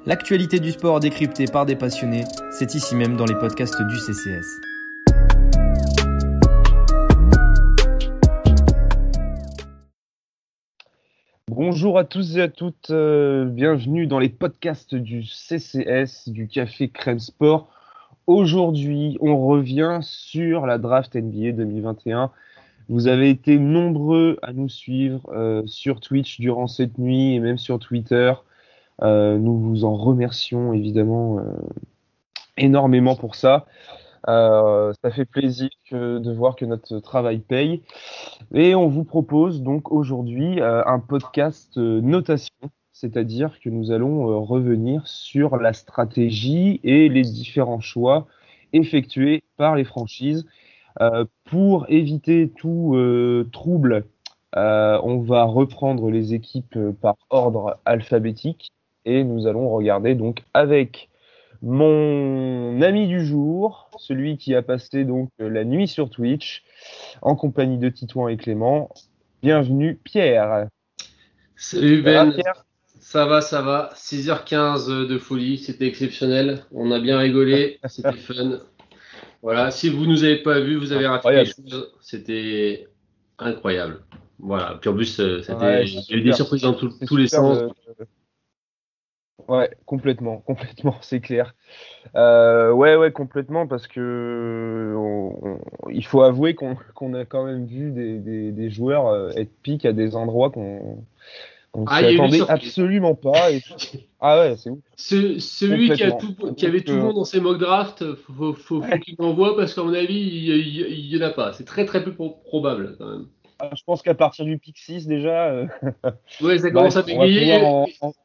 L'actualité du sport décryptée par des passionnés, c'est ici même dans les podcasts du CCS. Bonjour à tous et à toutes, bienvenue dans les podcasts du CCS, du Café Crème Sport. Aujourd'hui, on revient sur la draft NBA 2021. Vous avez été nombreux à nous suivre sur Twitch durant cette nuit et même sur Twitter. Nous vous en remercions évidemment énormément pour ça. Ça fait plaisir de voir que notre travail paye. Et on vous propose donc aujourd'hui un podcast notation, c'est-à-dire que nous allons revenir sur la stratégie et les différents choix effectués par les franchises. Pour éviter tout trouble, on va reprendre les équipes par ordre alphabétique et nous allons regarder donc avec mon ami du jour, celui qui a passé donc la nuit sur Twitch en compagnie de Titouan et Clément. Bienvenue Pierre. Salut Ça va, Ben, Pierre ? ça va. 6h15 de folie, c'était exceptionnel. On a bien rigolé, c'était fun. Voilà, si vous nous avez pas vus, vous avez raté Incroyable. quelque chose. C'était incroyable. Voilà, puis en plus, Ouais, il y a eu des surprises dans c'est tous les super sens. Ouais, complètement, c'est clair. Ouais, complètement, parce que il faut avouer qu'on a quand même vu des joueurs être piques à des endroits qu'on Ah, s'y il y a eu des attendait surprises. absolument pas. Ah ouais, c'est ouf. Celui Complètement. qui avait Donc, tout le monde dans ses mock drafts, faut qu'il m'envoie parce qu'à mon avis, il y en a pas. C'est très très peu probable quand même. je pense qu'à partir du pick 6 déjà, Ouais, ça commence bref, à bégayer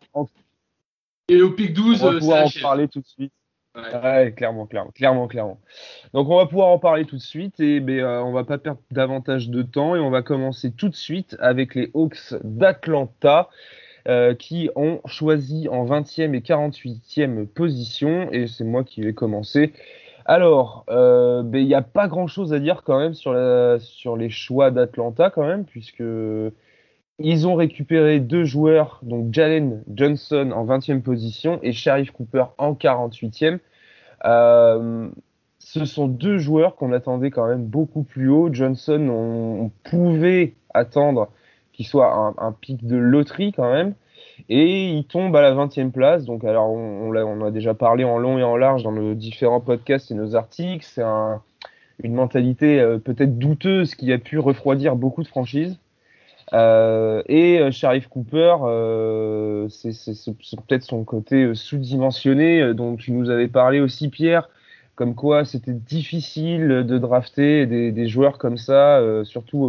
et au pic on 12, va c'est pouvoir la en chèvre. parler tout de suite. Ouais. Ouais, clairement. Donc on va pouvoir en parler tout de suite et on va pas perdre davantage de temps et on va commencer tout de suite avec les Hawks d'Atlanta qui ont choisi en 20e et 48e position et c'est moi qui vais commencer. Alors, il n'y a pas grand-chose à dire quand même sur les choix d'Atlanta quand même puisque ils ont récupéré deux joueurs, donc Jalen Johnson en 20e position et Sharif Cooper en 48e. Euh, Ce sont deux joueurs qu'on attendait quand même beaucoup plus haut. Johnson, on pouvait attendre qu'il soit un pic de loterie quand même. Et il tombe à la 20e place. Donc, alors, on a déjà parlé en long et en large dans nos différents podcasts et nos articles. C'est une mentalité peut-être douteuse qui a pu refroidir beaucoup de franchises. Sharif Cooper, c'est peut-être son côté sous-dimensionné dont tu nous avais parlé aussi, Pierre, comme quoi c'était difficile de drafter des joueurs comme ça, surtout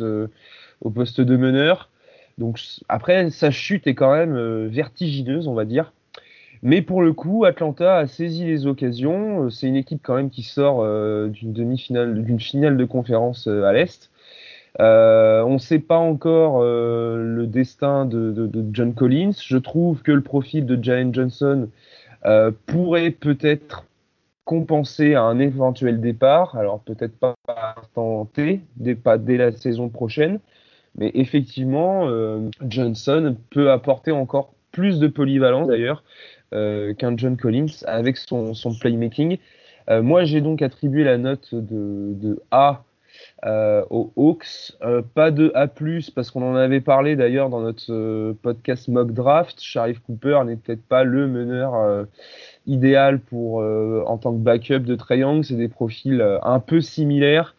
au poste de meneur. Donc après, sa chute est quand même vertigineuse, on va dire. Mais pour le coup, Atlanta a saisi les occasions. C'est une équipe quand même qui sort d'une demi-finale, d'une finale de conférence à l'Est. On ne sait pas encore le destin de John Collins. Je trouve que le profil de Jalen Johnson pourrait peut-être compenser un éventuel départ. Alors peut-être pas à l'instant T, pas dès la saison prochaine, mais effectivement, Johnson peut apporter encore plus de polyvalence d'ailleurs qu'un John Collins avec son playmaking. Moi, j'ai donc attribué la note de A aux Hawks. Pas de A+, parce qu'on en avait parlé d'ailleurs dans notre podcast Mock Draft. Sharif Cooper n'est peut-être pas le meneur idéal pour en tant que backup de Trae Young. C'est des profils un peu similaires,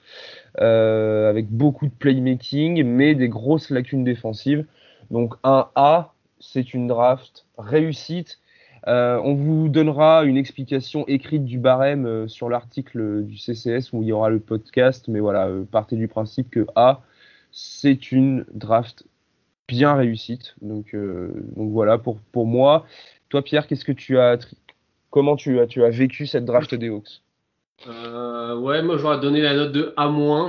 avec beaucoup de playmaking, mais des grosses lacunes défensives. Donc un A, c'est une draft réussite. On vous donnera une explication écrite du barème sur l'article du CCS où il y aura le podcast, mais voilà, partez du principe que A, c'est une draft bien réussite. Donc voilà pour moi. Toi, Pierre, comment tu as vécu cette draft des Hawks? Ouais, moi j'aurais donné la note de A-,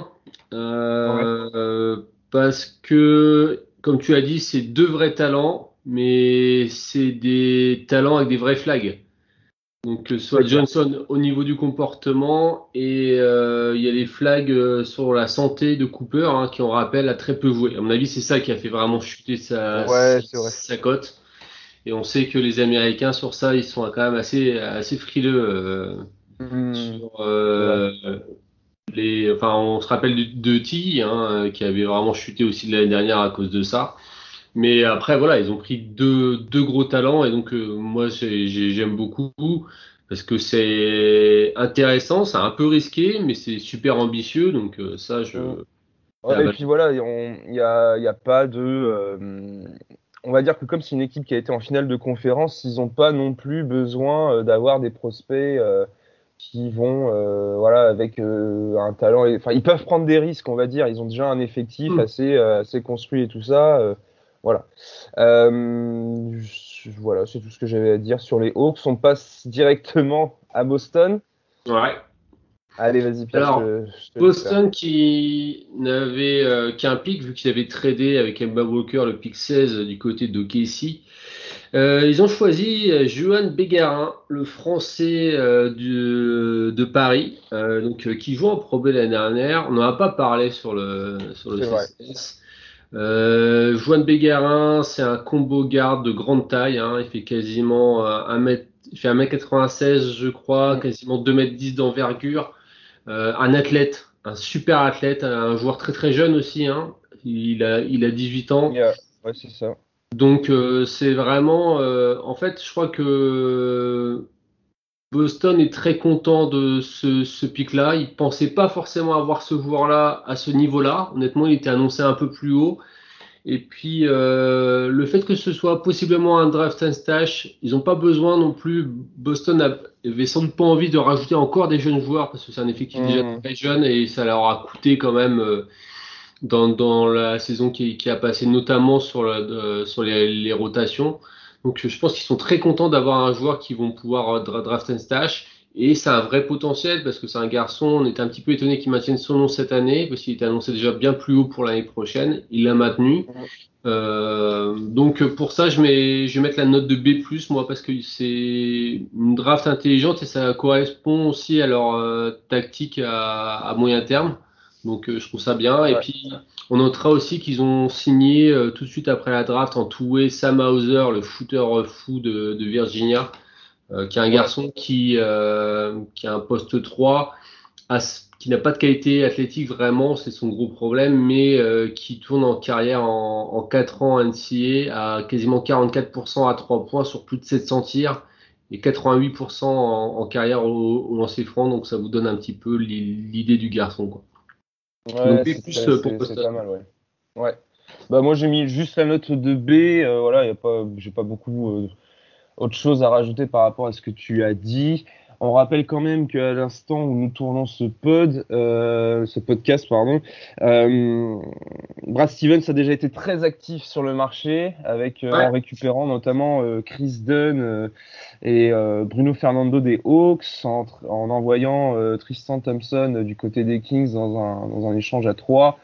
Ouais. parce que, comme tu as dit, c'est deux vrais talents, mais c'est des talents avec des vrais flags. Donc, que ce soit C'est clair. Johnson au niveau du comportement et il y a des flags sur la santé de Cooper qui, on rappelle, a très peu joué. À mon avis, c'est ça qui a fait vraiment chuter Ouais, c'est vrai. sa cote. Et on sait que les Américains sur ça, ils sont quand même assez frileux sur C'est vrai. enfin, on se rappelle de T, hein, qui avait vraiment chuté aussi de l'année dernière à cause de ça. Mais après, voilà, ils ont pris deux gros talents et donc moi j'aime beaucoup parce que c'est intéressant, c'est un peu risqué, mais c'est super ambitieux. Donc ça, Mm. c'est Ouais, et puis voilà, il y a pas de. On va dire que comme c'est une équipe qui a été en finale de conférence, ils n'ont pas non plus besoin d'avoir des prospects qui vont, voilà, avec un talent. Enfin, ils peuvent prendre des risques, on va dire. Ils ont déjà un effectif assez construit et tout ça. Voilà. Voilà, c'est tout ce que j'avais à dire sur les Hawks. On passe directement à Boston. ouais. Allez, vas-y, Pierre, Alors, je te laisse faire. Boston qui a un pic, vu qu'ils avaient tradé avec Kemba Walker le pick 16 du côté d'OKC. Ils ont choisi Juan Bégarin, le Français de Paris, qui joue en Pro B l'année dernière. On n'en a pas parlé sur le C'est vrai. CCS. Juan Bégarin, c'est un combo garde de grande taille, hein. Il fait quasiment il fait 1m96, je crois, Mm. quasiment 2m10 d'envergure. Un athlète, un super athlète, un joueur très très jeune aussi, hein. Il a 18 ans. Ouais, c'est ça. Donc c'est vraiment, en fait, je crois que Boston est très content de ce pic-là. Il pensait pas forcément avoir ce joueur-là à ce niveau-là. Honnêtement, il était annoncé un peu plus haut. Et puis le fait que ce soit possiblement un draft and stash, ils n'ont pas besoin non plus. Avait sans doute pas envie de rajouter encore des jeunes joueurs parce que c'est un effectif déjà Mm. très jeune et ça leur a coûté quand même. Dans la saison qui a passé, notamment sur les rotations. Donc je pense qu'ils sont très contents d'avoir un joueur qui vont pouvoir draft and stash. Et c'est un vrai potentiel parce que c'est un garçon. On était un petit peu étonné qu'il maintienne son nom cette année parce qu'il était annoncé déjà bien plus haut pour l'année prochaine. Il l'a maintenu. Mm. Donc pour ça, je vais mettre la note de B+, moi, parce que c'est une draft intelligente et ça correspond aussi à leur tactique à moyen terme. Donc je trouve ça bien. Et Ouais. puis on notera aussi qu'ils ont signé tout de suite après la draft en two-way Sam Hauser, le shooter fou de Virginia, qui est un Ouais. garçon qui a un poste 3 qui n'a pas de qualité athlétique vraiment, c'est son gros problème, mais qui tourne en carrière en 4 ans NCAA à quasiment 44% à 3 points sur plus de 700 tirs et 88% en carrière au lancer franc, donc ça vous donne un petit peu l'idée du garçon, quoi. Donc Ouais, B+, pour c'est Boston. pas mal, ouais. Ouais. Bah moi j'ai mis juste la note de B. Voilà, y a pas, j'ai pas beaucoup autre chose à rajouter par rapport à ce que tu as dit. On rappelle quand même qu'à l'instant où nous tournons ce podcast, pardon, euh, Brad Stevens a déjà été très actif sur le marché avec en Ouais. récupérant notamment Chris Dunn et Bruno Fernando des Hawks en envoyant Tristan Thompson du côté des Kings dans un échange à 3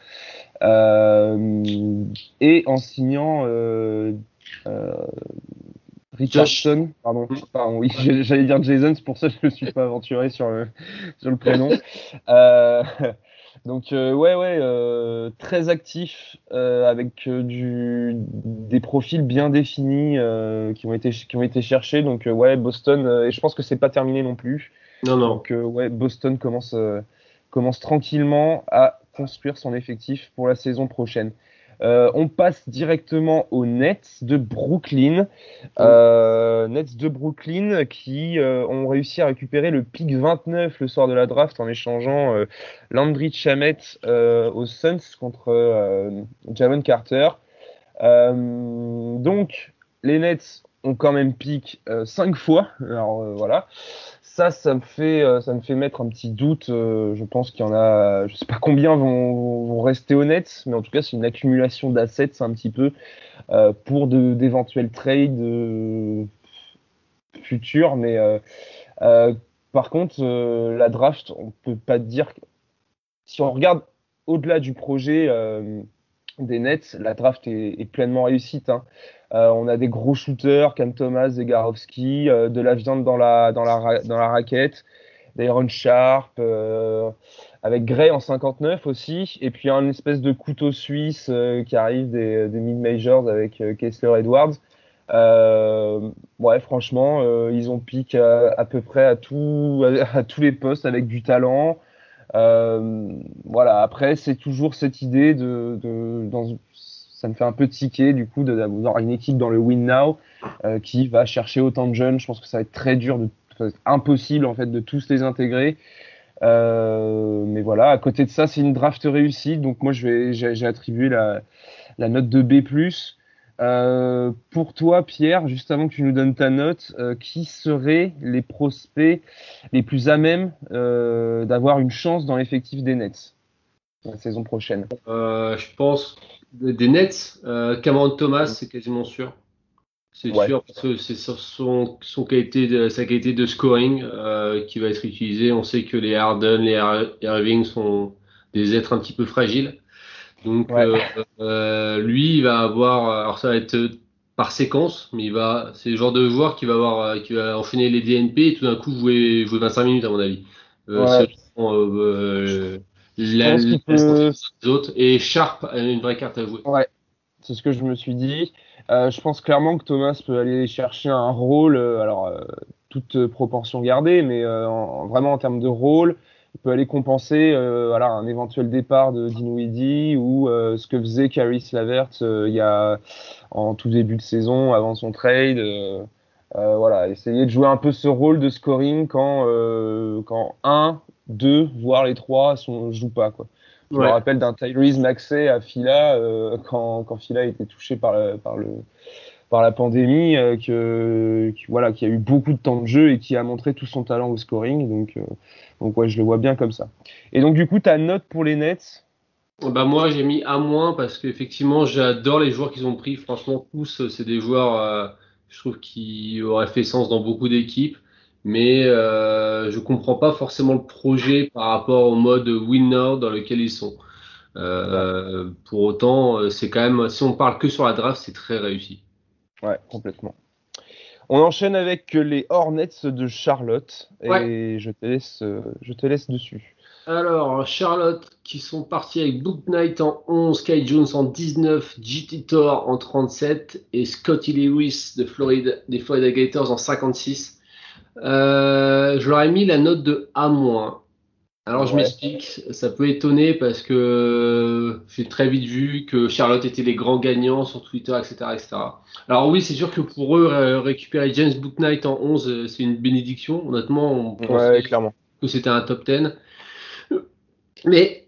et en signant euh, Josh. Richardson, pardon, oui, j'allais dire Jason, c'est pour ça que je ne me suis pas aventuré sur le prénom. Euh, donc ouais, très actif avec des profils bien définis qui ont été cherchés. Donc ouais, Boston, et je pense que c'est pas terminé non plus. Non, non. Donc ouais, Boston commence tranquillement à construire son effectif pour la saison prochaine. On passe directement aux Nets de Brooklyn. Nets de Brooklyn qui ont réussi à récupérer le pick 29 le soir de la draft en échangeant Landry Shamet aux Suns contre Javon Carter. Donc, les Nets ont quand même pick 5 fois. Alors voilà. Ça me fait mettre un petit doute. Je pense qu'il y en a, je sais pas combien vont rester honnêtes, mais en tout cas, c'est une accumulation d'assets un petit peu pour d'éventuels trades futurs. Mais euh, par contre, la draft, on peut pas dire. Si on regarde au-delà du projet des Nets, la draft est pleinement réussite, hein. On a des gros shooters, Cam Thomas, Zegarowski, de la viande dans la raquette, d'Aaron Sharp, avec Gray en 59 aussi, et puis un espèce de couteau suisse qui arrive des mid-majors avec Kessler Edwards. Ouais, franchement, ils ont piqué à peu près à tous les postes avec du talent. Voilà. Après, c'est toujours cette idée ça me fait un peu tiquer du coup d'avoir une équipe dans le win now qui va chercher autant de jeunes. Je pense que ça va être très dur, ça va être impossible en fait de tous les intégrer. Mais voilà, à côté de ça, c'est une draft réussie. Donc moi, j'ai attribué la note de B+. Pour toi, Pierre, juste avant que tu nous donnes ta note, qui seraient les prospects les plus à même d'avoir une chance dans l'effectif des Nets la saison prochaine? Je pense des Nets, Cameron Thomas, c'est quasiment sûr. C'est Ouais, sûr, parce que c'est sur sa qualité de scoring qui va être utilisée. On sait que les Harden, Irving sont des êtres un petit peu fragiles. Donc, ouais, lui, il va avoir, alors ça va être par séquence, mais c'est le genre de joueur qui va enchaîner les DNP et tout d'un coup jouer 25 minutes, à mon avis. ouais. Selon, Je pense qu'il la peut. statistique des autres. Et Sharp a une vraie carte à jouer. Ouais, c'est ce que je me suis dit. Je pense clairement que Thomas peut aller chercher un rôle, toute proportion gardée, mais vraiment en termes de rôle, il peut aller compenser voilà, un éventuel départ de Dinwiddie ou ce que faisait Caris Lavert en tout début de saison, avant son trade. Voilà, essayer de jouer un peu ce rôle de scoring quand un, deux, voire les trois jouent pas, quoi. Je me Ouais. rappelle d'un Tyrese Maxey à Fila quand Fila était touché par la pandémie, voilà, qui a eu beaucoup de temps de jeu et qui a montré tout son talent au scoring. Donc ouais, je le vois bien comme ça. Et donc du coup, ta note pour les Nets? Bah moi j'ai mis A- parce qu'effectivement j'adore les joueurs qu'ils ont pris. Franchement tous c'est des joueurs je trouve qui auraient fait sens dans beaucoup d'équipes. Mais je comprends pas forcément le projet par rapport au mode winner dans lequel ils sont. Ouais, Pour autant c'est quand même si on parle que sur la draft c'est très réussi. ouais, complètement. On enchaîne avec les Hornets de Charlotte Ouais. et je te laisse dessus. Alors, Charlotte qui sont partis avec Book Knight en 11, Kai Jones en 19, JT Thor en 37 et Scotty Lewis des Florida Gators en 56. Je leur ai mis la note de A-. Alors, je Ouais, m'explique, ça peut étonner parce que j'ai très vite vu que Charlotte était les grands gagnants sur Twitter, etc., etc. Alors oui, c'est sûr que pour eux, récupérer James Bouknight en 11, c'est une bénédiction. Honnêtement, on ouais, pensait clairement. que c'était un top 10. Mais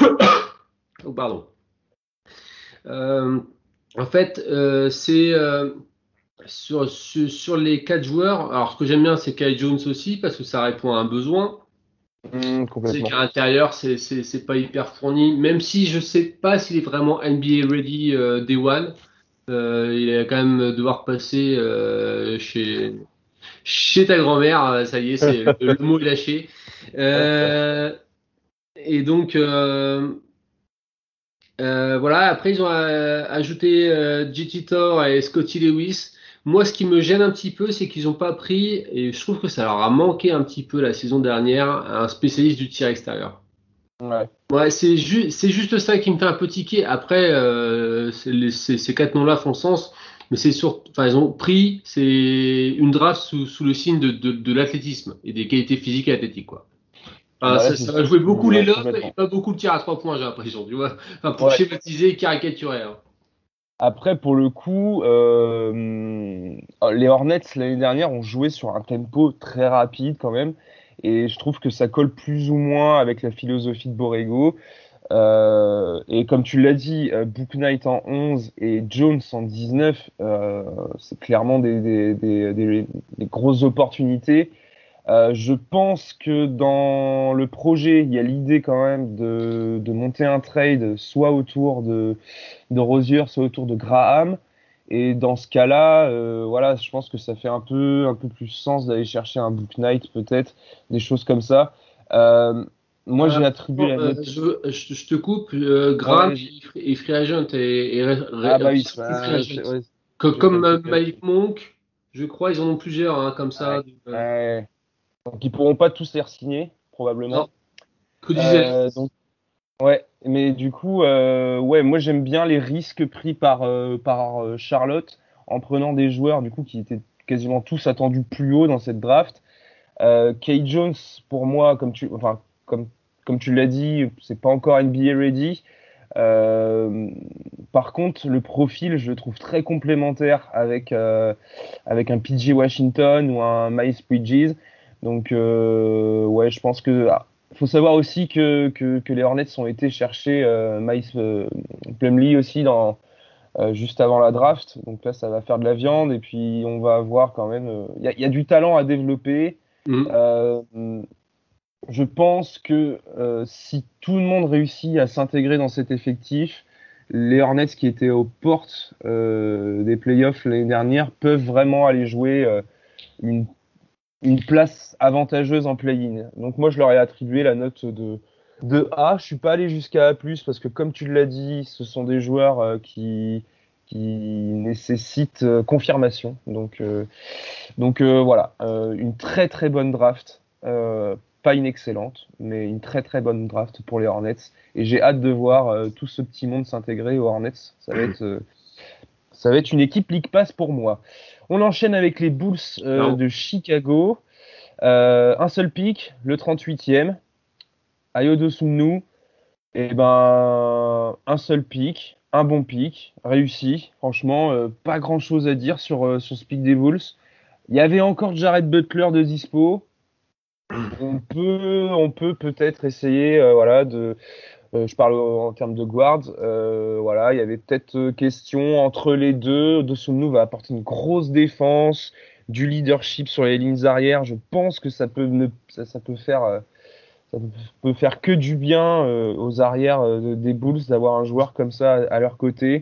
oh, pardon. Euh, en fait, c'est sur les quatre joueurs. Alors, ce que j'aime bien, c'est Kai Jones aussi, parce que ça répond à un besoin. C'est Complètement. qu'à l'intérieur, c'est pas hyper fourni. Même si je sais pas s'il est vraiment NBA ready day one. Il va quand même devoir passer chez ta grand-mère. Ça y est, le mot est lâché. Euh, et donc, voilà, après ils ont ajouté JT Thor et Scotty Lewis. Moi, ce qui me gêne un petit peu, c'est qu'ils n'ont pas pris, et je trouve que ça leur a manqué un petit peu la saison dernière, un spécialiste du tir extérieur. Ouais. Ouais, c'est juste ça qui me fait un peu tiquer. Après, ces quatre noms-là font sens, mais enfin, ils ont pris, c'est une draft sous le signe de l'athlétisme et des qualités physiques et athlétiques, quoi. Ah Enfin, bah là, c'est ça va sûr jouer beaucoup les ouais, lobes et complètement. pas beaucoup le tir à 3 points, j'ai l'impression, tu vois. Enfin, pour Ouais. schématiser et caricaturer, hein. Après, pour le coup, les Hornets l'année dernière ont joué sur un tempo très rapide quand même, et je trouve que ça colle plus ou moins avec la philosophie de Borrego. Et comme tu l'as dit, Book Knight en 11 et Jones en 19, c'est clairement des grosses opportunités. Je pense que dans le projet, il y a l'idée quand même de monter un trade soit autour de Rozier, soit autour de Graham. Et dans ce cas-là, voilà, je pense que ça fait un peu plus sens d'aller chercher un Book Knight peut-être, des choses comme ça. Euh, Moi, j'ai attribué Bon, la note. je te coupe. Ouais, Graham vas-y. est free agent et Ah bah oui, restricted free agent. ouais, j'ai fait Comme une petite faute. Malik Monk, je crois, ils en ont plusieurs hein, comme ça. Ouais. Ouais. Donc ils pourront pas tous les re-signer, Non, probablement. que disais Donc ouais, mais du coup, ouais, moi j'aime bien les risques pris par Charlotte en prenant des joueurs du coup qui étaient quasiment tous attendus plus haut dans cette draft. Kate Jones, pour moi, comme tu l'as dit, c'est pas encore NBA ready. Par contre, le profil, je le trouve très complémentaire avec un PJ Washington ou un Miles Bridges. Donc, ouais, je pense que faut savoir aussi que les Hornets ont été chercher Miles Plumlee aussi juste avant la draft. Donc là, ça va faire de la viande et puis on va avoir quand même. Il y a du talent à développer. Euh, je pense que si tout le monde réussit à s'intégrer dans cet effectif, les Hornets qui étaient aux portes des playoffs l'année dernière peuvent vraiment aller jouer une, une place avantageuse en play-in. Donc moi, je leur ai attribué la note de A. Je suis pas allé jusqu'à A+, parce que comme tu l'as dit, ce sont des joueurs qui nécessitent confirmation. Donc voilà, une très très bonne draft. Pas une excellente, mais une très très bonne draft pour les Hornets. Et j'ai hâte de voir tout ce petit monde s'intégrer aux Hornets. Ça va être une équipe League Pass pour moi. On enchaîne avec les Bulls de Chicago. Un seul pick, le 38e. Ayo Dosunmu. Et ben, un seul pick, un bon pick, réussi. Franchement, pas grand chose à dire sur ce pick des Bulls. Il y avait encore Jared Butler de dispo. On peut peut-être essayer, je parle en termes de guards, voilà, il y avait peut-être question entre les deux. Dosunmu va apporter une grosse défense, du leadership sur les lignes arrières. Je pense que ça peut faire que du bien aux arrières des Bulls d'avoir un joueur comme ça à leur côté.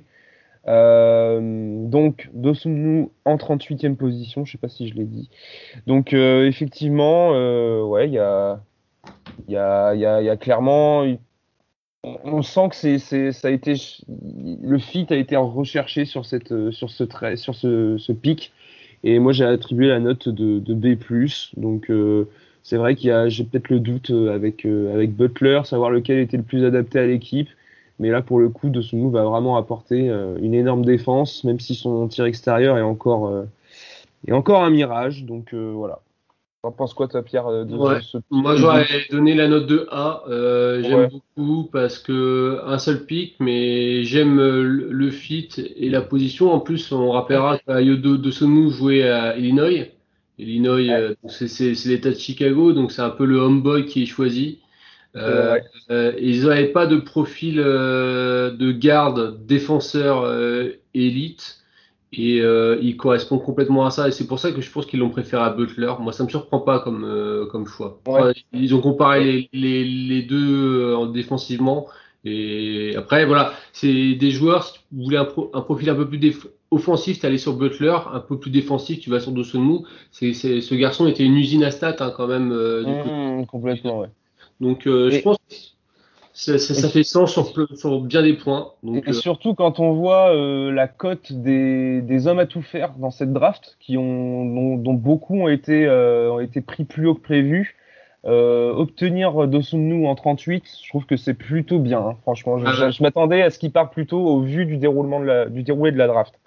Donc Dosunmu en 38e position, je sais pas si je l'ai dit. Donc effectivement, ouais, il y a clairement, on sent que ça a été, le fit a été recherché sur ce pic. Et moi j'ai attribué la note de B+. Donc c'est vrai j'ai peut-être le doute avec Butler, savoir lequel était le plus adapté à l'équipe. Mais là, pour le coup, Dosunmu va vraiment apporter une énorme défense, même si son tir extérieur est encore un mirage. Donc voilà. T'en penses quoi, toi, Pierre, Ouais. de ce Moi, petit j'aurais Bulls? donné la note de A. J'aime Ouais. beaucoup parce que un seul pick, mais j'aime le fit et la position. En plus, on rappellera qu'Ayodo Dosunmu jouait à Illinois. Illinois, Ouais, c'est l'État de Chicago, donc c'est un peu le homeboy qui est choisi. Euh, ouais. Ils n'avaient pas de profil de garde, défenseur élite. Et il correspond complètement à ça. Et c'est pour ça que je pense qu'ils l'ont préféré à Butler. Moi, ça me surprend pas comme choix. Ouais. Ils ont comparé les deux défensivement. Et après, voilà, c'est des joueurs, si vous voulez un profil un peu plus offensif, tu allais sur Butler, un peu plus défensif, tu vas sur Dosunmu. Ce garçon était une usine à stats hein, quand même du côté. Complètement, ouais. Donc, je Et, pense que et, ça fait sens sur bien des points. Donc, et surtout quand on voit la cote des hommes à tout faire dans cette draft, dont beaucoup ont été pris plus haut que prévu, obtenir Dosunmu en 38, je trouve que c'est plutôt bien, hein, franchement. Je m'attendais à ce qu'il parte plutôt au vu du déroulé de la draft.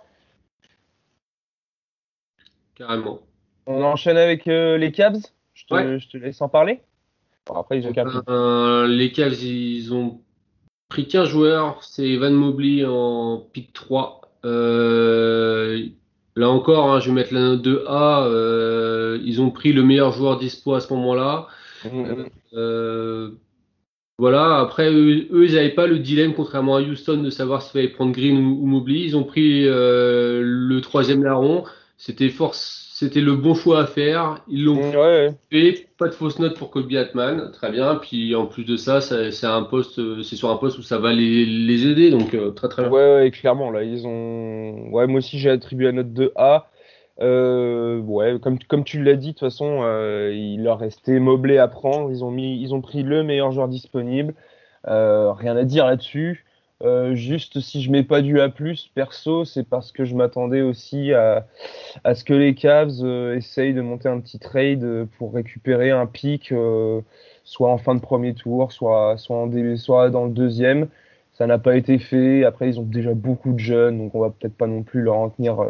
carrément. On enchaîne avec les Cavs. Ouais. Je te laisse en parler. Bon, après, ils ont qu'un pick. Les Cavs, ils ont pris qu'un joueur, c'est Evan Mobley en pick 3. Là encore, hein, je vais mettre la note de A. Ils ont pris le meilleur joueur dispo à ce moment-là. Euh, Mhm. euh, voilà, après, eux, ils n'avaient pas le dilemme, contrairement à Houston, de savoir s'il fallait prendre Green ou Mobley. Ils ont pris le troisième larron. C'était le bon choix à faire. Ils l'ont Ouais, ouais. fait. Pas de fausse note pour Kobe Atman. Très bien. Puis en plus de ça, c'est un poste, c'est sur un poste où ça va les aider. Donc très très bien. Ouais, ouais, clairement, là, ils ont. Ouais, moi aussi, j'ai attribué la note de A. Ouais, comme tu l'as dit, de toute façon, il leur restait Mobley à prendre. Ils ont pris le meilleur joueur disponible. Rien à dire là-dessus. Juste, si je mets pas du A+, perso, c'est parce que je m'attendais aussi à ce que les Cavs essayent de monter un petit trade pour récupérer un pick, soit en fin de premier tour, soit dans le deuxième. Ça n'a pas été fait. Après, ils ont déjà beaucoup de jeunes, donc on va peut-être pas non plus leur en tenir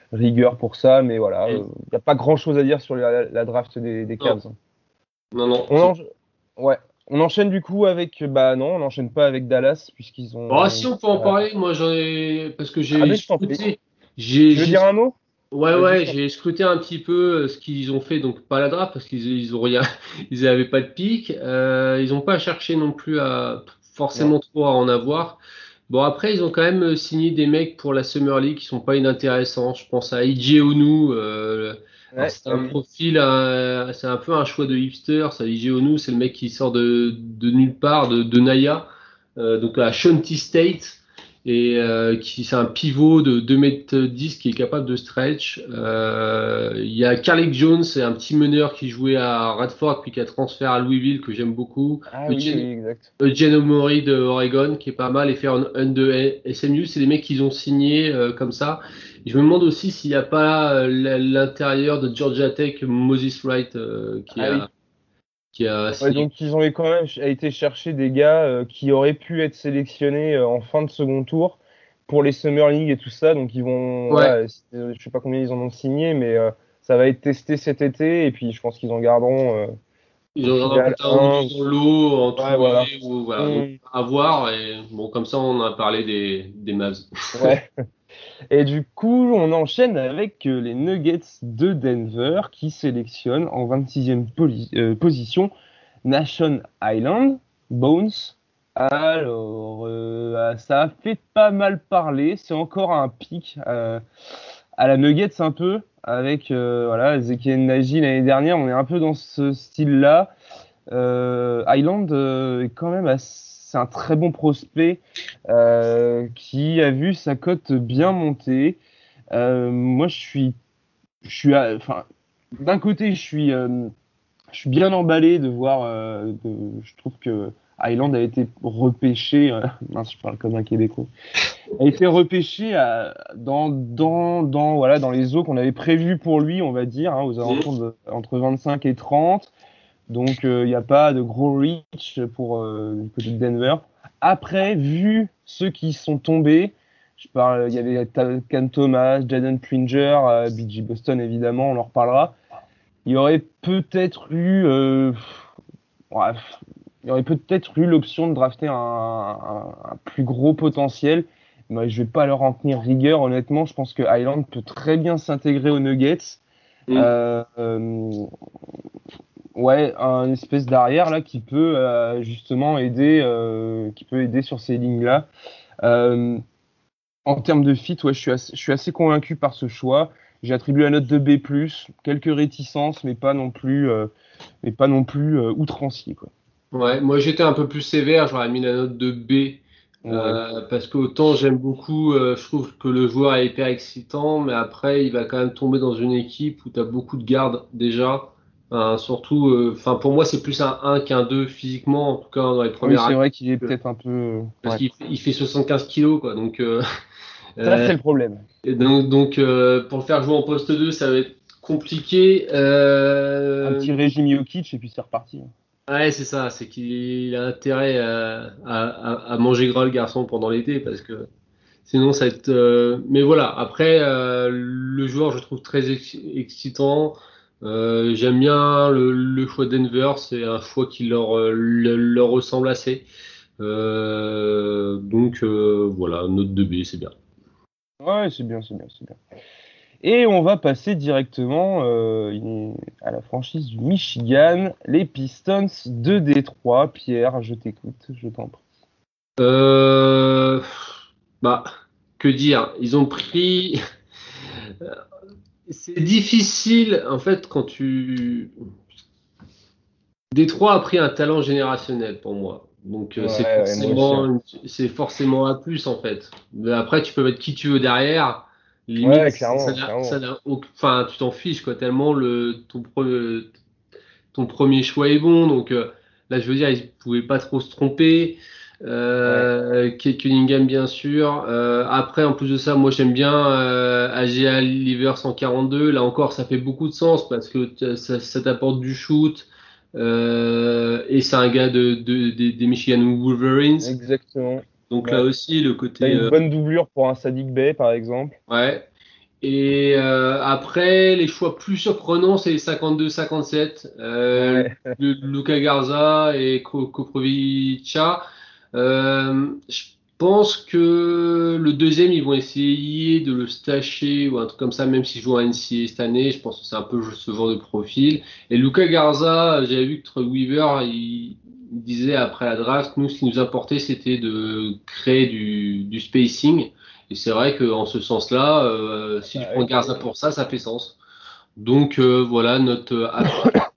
rigueur pour ça, mais voilà, il n'y a pas grand-chose à dire sur la draft des Cavs. Non. Ouais. On enchaîne du coup avec, non, on n'enchaîne pas avec Dallas puisqu'ils ont. Ah, si on peut en parler, moi j'en ai, parce que j'ai mais je t'en prie. scruté. Tu veux dire un mot? Ouais, j'ai scruté un petit peu ce qu'ils ont fait, donc pas la draft parce qu'ils ont rien, ils avaient pas de pic, ils ont pas cherché non plus à forcément trop à en avoir. Bon après ils ont quand même signé des mecs pour la Summer League qui sont pas inintéressants. Je pense à Ije Onu. Alors c'est un profil, c'est un peu un choix de hipster. Ça, Ije Onu, c'est le mec qui sort de nulle part, de Naya, donc à Shanty State. Et qui c'est un pivot de 2 m 10 qui est capable de stretch. Il y a Carlik Jones, c'est un petit meneur qui jouait à Radford puis qui a transféré à Louisville que j'aime beaucoup. Oui, exact. Eugene Omori de Oregon qui est pas mal et Fair Hunt de SMU, c'est des mecs qu'ils ont signés comme ça. Et je me demande aussi s'il n'y a pas l'intérieur de Georgia Tech, Moses Wright donc ils ont quand même été chercher des gars qui auraient pu être sélectionnés en fin de second tour pour les Summer League et tout ça. Donc ils vont, je sais pas combien ils en ont signé, mais ça va être testé cet été et puis je pense qu'ils en garderont. Ils ont un dans l'eau en trouver ou voilà. Donc, à voir. Et bon, comme ça, on a parlé des Mavs. Ouais. Et du coup, on enchaîne avec les Nuggets de Denver qui sélectionnent en 26e position Nation Island, Bones. Alors, ça a fait pas mal parler. C'est encore un pic à la Nuggets un peu, avec Ezekiel Nagy l'année dernière. On est un peu dans ce style-là. Island est quand même c'est un très bon prospect qui a vu sa cote bien monter. Moi, d'un côté, je suis bien emballé de voir. Je trouve que Highland a été repêché. Mince, je parle comme un Québécois. A été repêché dans les eaux qu'on avait prévues pour lui, on va dire, aux alentours entre 25 et 30. Donc, il n'y a pas de gros reach pour du côté de Denver. Après, vu ceux qui sont tombés, il y avait Cam Thomas, Jaden Plinger, BG Boston, évidemment, on en reparlera. Il y aurait peut-être eu, l'option de drafter un plus gros potentiel. Mais je vais pas leur en tenir rigueur, honnêtement. Je pense que Highland peut très bien s'intégrer aux Nuggets. Un espèce d'arrière là qui peut justement aider, sur ces lignes-là. En termes de fit, je suis assez convaincu par ce choix. J'ai attribué la note de B+, quelques réticences, mais pas non plus outrancier, quoi. Ouais, moi j'étais un peu plus sévère, j'aurais mis la note de B. Parce qu'autant j'aime beaucoup, je trouve que le joueur est hyper excitant, mais après il va quand même tomber dans une équipe où tu as beaucoup de gardes déjà. Surtout, pour moi c'est plus un 1 qu'un 2 physiquement, en tout cas dans les premières. Oui, c'est vrai qu'il est peut-être un peu. Parce qu'il fait 75 kilos, quoi. Donc, ça, c'est le problème. Et donc pour le faire jouer en poste 2, ça va être compliqué. Un petit régime Jokic et puis c'est reparti. Ouais, c'est ça. C'est qu'il a intérêt à manger gras le garçon pendant l'été parce que sinon ça va être. Mais voilà. Après, le joueur, je trouve très excitant. J'aime bien le choix Denver. C'est un choix qui leur ressemble assez. Donc voilà, note de B, c'est bien. Ouais, c'est bien. Et on va passer directement à la franchise du Michigan, les Pistons de Détroit. Pierre, je t'écoute, je t'en prie. Que dire? Ils ont pris. C'est difficile, en fait, quand Détroit a pris un talent générationnel pour moi. Donc c'est forcément un plus, en fait. Mais après, tu peux mettre qui tu veux derrière. Limite, clairement. Tu t'en fiches, quoi, tellement ton premier choix est bon. Donc là, je veux dire, ils pouvaient pas trop se tromper. Kate Cunningham, bien sûr. Après, en plus de ça, moi, j'aime bien AGA Liver 142. Là encore, ça fait beaucoup de sens parce que ça t'apporte du shoot. Et c'est un gars des Michigan Wolverines. Exactement. Donc là aussi, le côté. T'as une bonne doublure pour un Saddiq Bey, par exemple. Ouais. Et après, les choix plus surprenants, c'est les 52-57. Ouais. Luka Garza et Koprivica. Je pense que le deuxième, ils vont essayer de le stasher ou un truc comme ça, même s'il joue à NCAA cette année. Je pense que c'est un peu ce genre de profil. Et Luka Garza, j'avais vu que Troy Weaver, il disait après la draft, nous, ce qui nous importait, c'était de créer du spacing. Et c'est vrai qu'en ce sens-là, si tu Bah prends oui. Garza pour ça, ça fait sens. Donc voilà, note A+.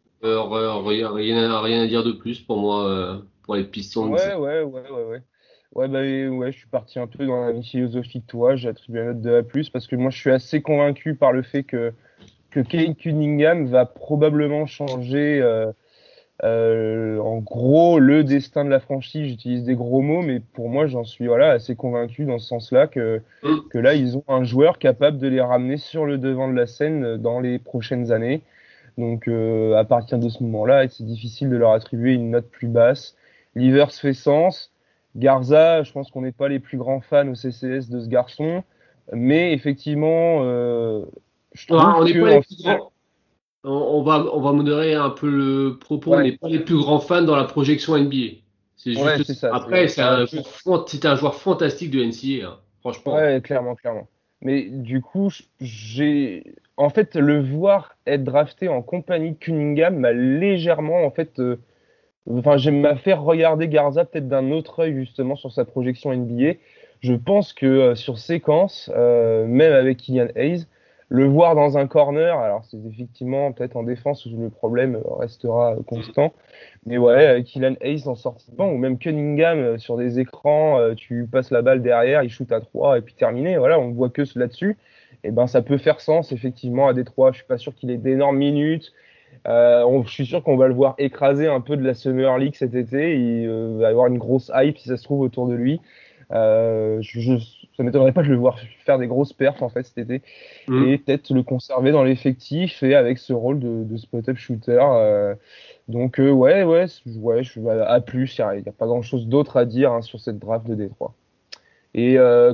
Rien à dire de plus pour moi, pour les Pistons. Ouais. Ouais, bah, ouais, je suis parti un peu dans la même philosophie que toi. J'ai attribué la note de A+, parce que moi, je suis assez convaincu par le fait que Kate Cunningham va probablement changer, en gros, le destin de la franchise. J'utilise des gros mots, mais pour moi, j'en suis voilà, assez convaincu dans ce sens-là que là, ils ont un joueur capable de les ramener sur le devant de la scène dans les prochaines années. Donc, à partir de ce moment-là, c'est difficile de leur attribuer une note plus basse. Livers fait sens. Garza, je pense qu'on n'est pas les plus grands fans au CCS de ce garçon, mais effectivement, je On trouve n'est que pas les plus grands. On va modérer un peu le propos. On ouais, n'est pas les plus grands fans dans la projection NBA. C'est ouais, juste c'est ça. ça. Après, C'est un peu, c'était un joueur fantastique de NCAA, hein, franchement. ouais, clairement. Mais du coup, j'ai, en fait, le voir être drafté en compagnie de Cunningham m'a légèrement, en fait, enfin, m'a faire regarder Garza peut-être d'un autre œil justement sur sa projection NBA. Je pense que sur séquence, même avec Kylian Hayes, le voir dans un corner, alors c'est effectivement peut-être en défense où le problème restera constant, mais ouais, Kylian Hayes en sortie de banc ou même Cunningham sur des écrans, tu passes la balle derrière, il shoot à 3 et puis terminé. Voilà, on voit que là-dessus. Et ben ça peut faire sens effectivement à Détroit. Je suis pas sûr qu'il ait d'énormes minutes. Je suis sûr qu'on va le voir écraser un peu de la Summer League cet été. Il va y avoir une grosse hype si ça se trouve autour de lui. Ça m'étonnerait pas de le voir faire des grosses perfs en fait cet été et Hmm. peut-être le conserver dans l'effectif et avec ce rôle de spot-up shooter. Donc ouais, je suis à plus. Il y a pas grand-chose d'autre à dire hein, sur cette draft de Détroit. Et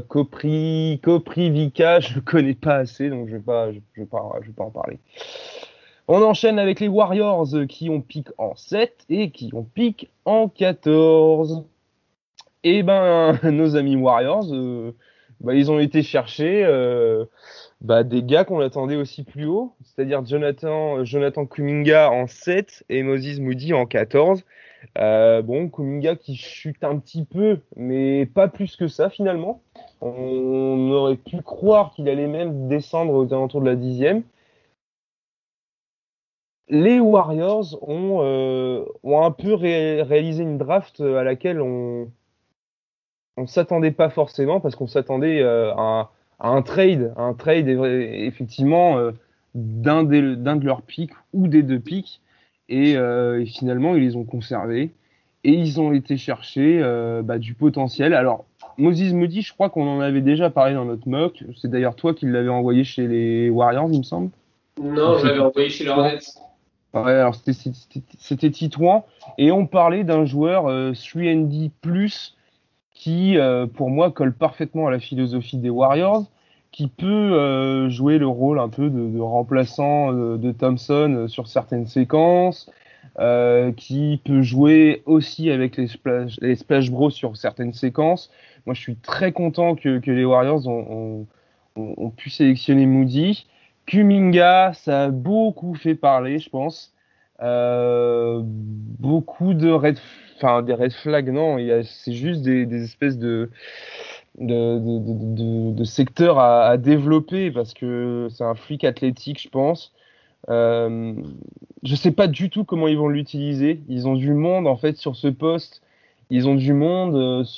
Vika, je le connais pas assez, donc je vais pas en parler. On enchaîne avec les Warriors qui ont pick en 7 et qui ont pick en 14. Et ben, nos amis Warriors, bah, ils ont été chercher bah, des gars qu'on attendait aussi plus haut, c'est-à-dire Jonathan Kuminga en 7 et Moses Moody en 14. Bon, Kuminga qui chute un petit peu, mais pas plus que ça finalement. On aurait pu croire qu'il allait même descendre aux alentours de la 10e. Les Warriors ont un peu réalisé une draft à laquelle on s'attendait pas forcément parce qu'on s'attendait à un trade effectivement d'un de leurs pics ou des deux pics et finalement ils les ont conservés et ils ont été chercher bah, du potentiel. Alors Moses Moody, je crois qu'on en avait déjà parlé dans notre mock. C'est d'ailleurs toi qui l'avais envoyé chez les Warriors, il me semble. Ou Non, je l'avais c'était envoyé chez les Hornets. Ouais, alors c'était Titouan et on parlait d'un joueur 3D+, qui, pour moi, colle parfaitement à la philosophie des Warriors, qui peut jouer le rôle un peu de remplaçant de Thompson sur certaines séquences, qui peut jouer aussi avec les Splash Bros sur certaines séquences. Moi, je suis très content que les Warriors ont pu sélectionner Moody. Kuminga, ça a beaucoup fait parler, je pense. Beaucoup enfin des red flags, non, c'est juste des espèces de secteurs à développer parce que c'est un freak athlétique, je pense. Euh, je sais pas du tout comment ils vont l'utiliser. Ils ont du monde en fait sur ce poste. Ils ont du monde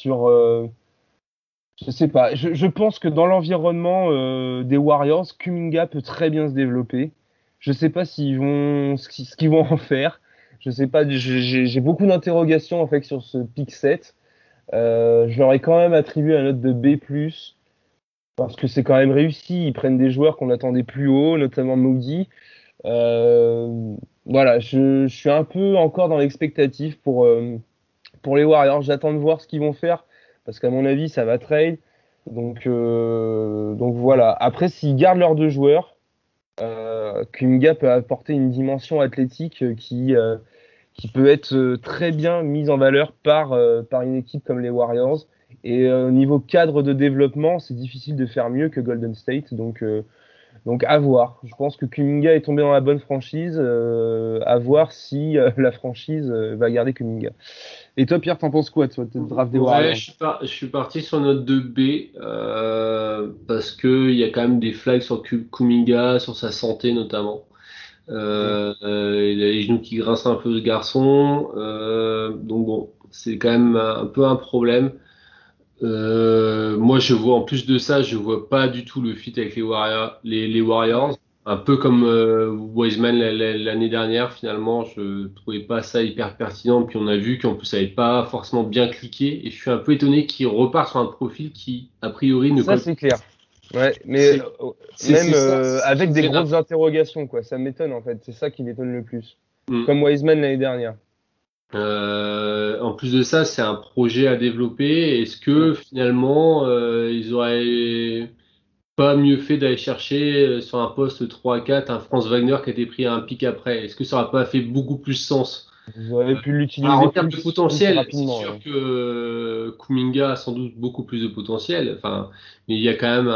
je sais pas. Je pense que dans l'environnement des Warriors, Kuminga peut très bien se développer. Je sais pas ce qu'ils vont en faire. Je sais pas. J'ai beaucoup d'interrogations en fait sur ce pick 7. Je leur ai quand même attribué la note de B+, parce que c'est quand même réussi. Ils prennent des joueurs qu'on attendait plus haut, notamment Moody. Euh, voilà, je suis un peu encore dans l'expectative pour les Warriors. J'attends de voir ce qu'ils vont faire, parce qu'à mon avis, ça va trade. Donc voilà. Après, s'ils gardent leurs 2 joueurs, Kuminga peut apporter une dimension athlétique qui peut être très bien mise en valeur par une équipe comme les Warriors. Et au niveau cadre de développement, c'est difficile de faire mieux que Golden State. Donc à voir. Je pense que Kuminga est tombé dans la bonne franchise. À voir si la franchise va garder Kuminga. Et toi, Pierre, t'en penses quoi, toi, de draft des Warriors? Je suis parti sur notre 2B parce que il y a quand même des flags sur Kuminga, sur sa santé notamment. Il a les genoux qui grincent un peu ce garçon, donc bon, c'est quand même un peu un problème. Moi, je vois en plus de ça, je vois pas du tout le fit avec les Warriors. Un peu comme Wiseman l'année dernière, finalement, je trouvais pas ça hyper pertinent. Puis on a vu qu'en plus, ça n'avait pas forcément bien cliqué. Et je suis un peu étonné qu'il repart sur un profil qui, a priori, ne Ça, colle. c'est clair. Ouais, mais même C'est ça, avec des c'est grosses interrogations, quoi. Ça m'étonne, en fait. C'est ça qui m'étonne le plus. Mm. Comme Wiseman l'année dernière. En plus de ça, c'est un projet à développer. Est-ce que finalement, ils auraient pas mieux fait d'aller chercher sur un poste 3 à 4 un Franz Wagner qui a été pris à un pic après? Est-ce que ça aurait pas fait beaucoup plus sens? Vous auriez pu Alors, l'utiliser en termes de plus potentiel, c'est rapidement. sûr que Kuminga a sans doute beaucoup plus de potentiel. Enfin, mais il y a quand même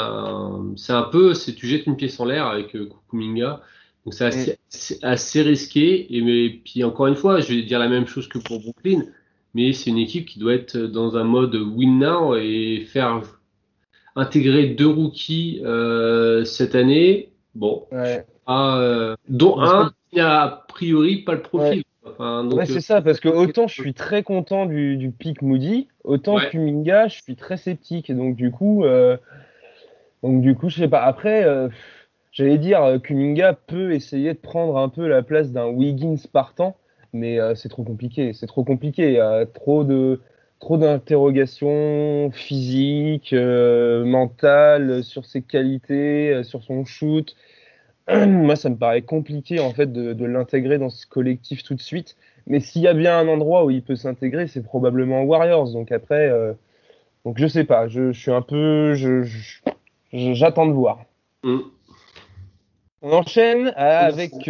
tu jettes une pièce en l'air avec Kuminga. Donc Mm. c'est assez risqué. Mais puis encore une fois, je vais dire la même chose que pour Brooklyn. Mais c'est une équipe qui doit être dans un mode win now et faire intégrer 2 rookies cette année. Bon, Ouais. dont Parce que, un qui n'a a priori pas le ouais. profil. Enfin, Ouais, donc, c'est ça, parce que autant je suis très content du pick Moody, autant ouais. Kuminga, je suis très sceptique. Et donc du coup, je sais pas. Après, j'allais dire, Kuminga peut essayer de prendre un peu la place d'un Wiggins partant, mais c'est trop compliqué. C'est trop compliqué. Il y a trop d'interrogations physiques, mentales sur ses qualités, sur son shoot. Moi, ça me paraît compliqué en fait de l'intégrer dans ce collectif tout de suite. Mais s'il y a bien un endroit où il peut s'intégrer, c'est probablement Warriors. Donc après, donc je sais pas. Je suis un peu, j'attends de voir. Mm. On enchaîne avec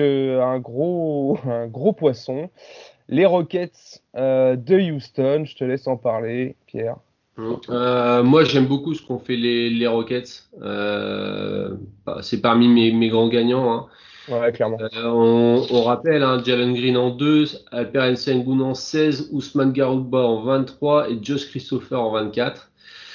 un gros poisson, les Rockets de Houston. Je te laisse en parler, Pierre. Moi, j'aime beaucoup ce qu'ont fait les Rockets. C'est parmi mes grands gagnants, hein. Ouais, clairement. On rappelle, hein, Jalen Green en 2, Alperen Sengun en 16, Ousmane Garuba en 23 et Josh Christopher en 24.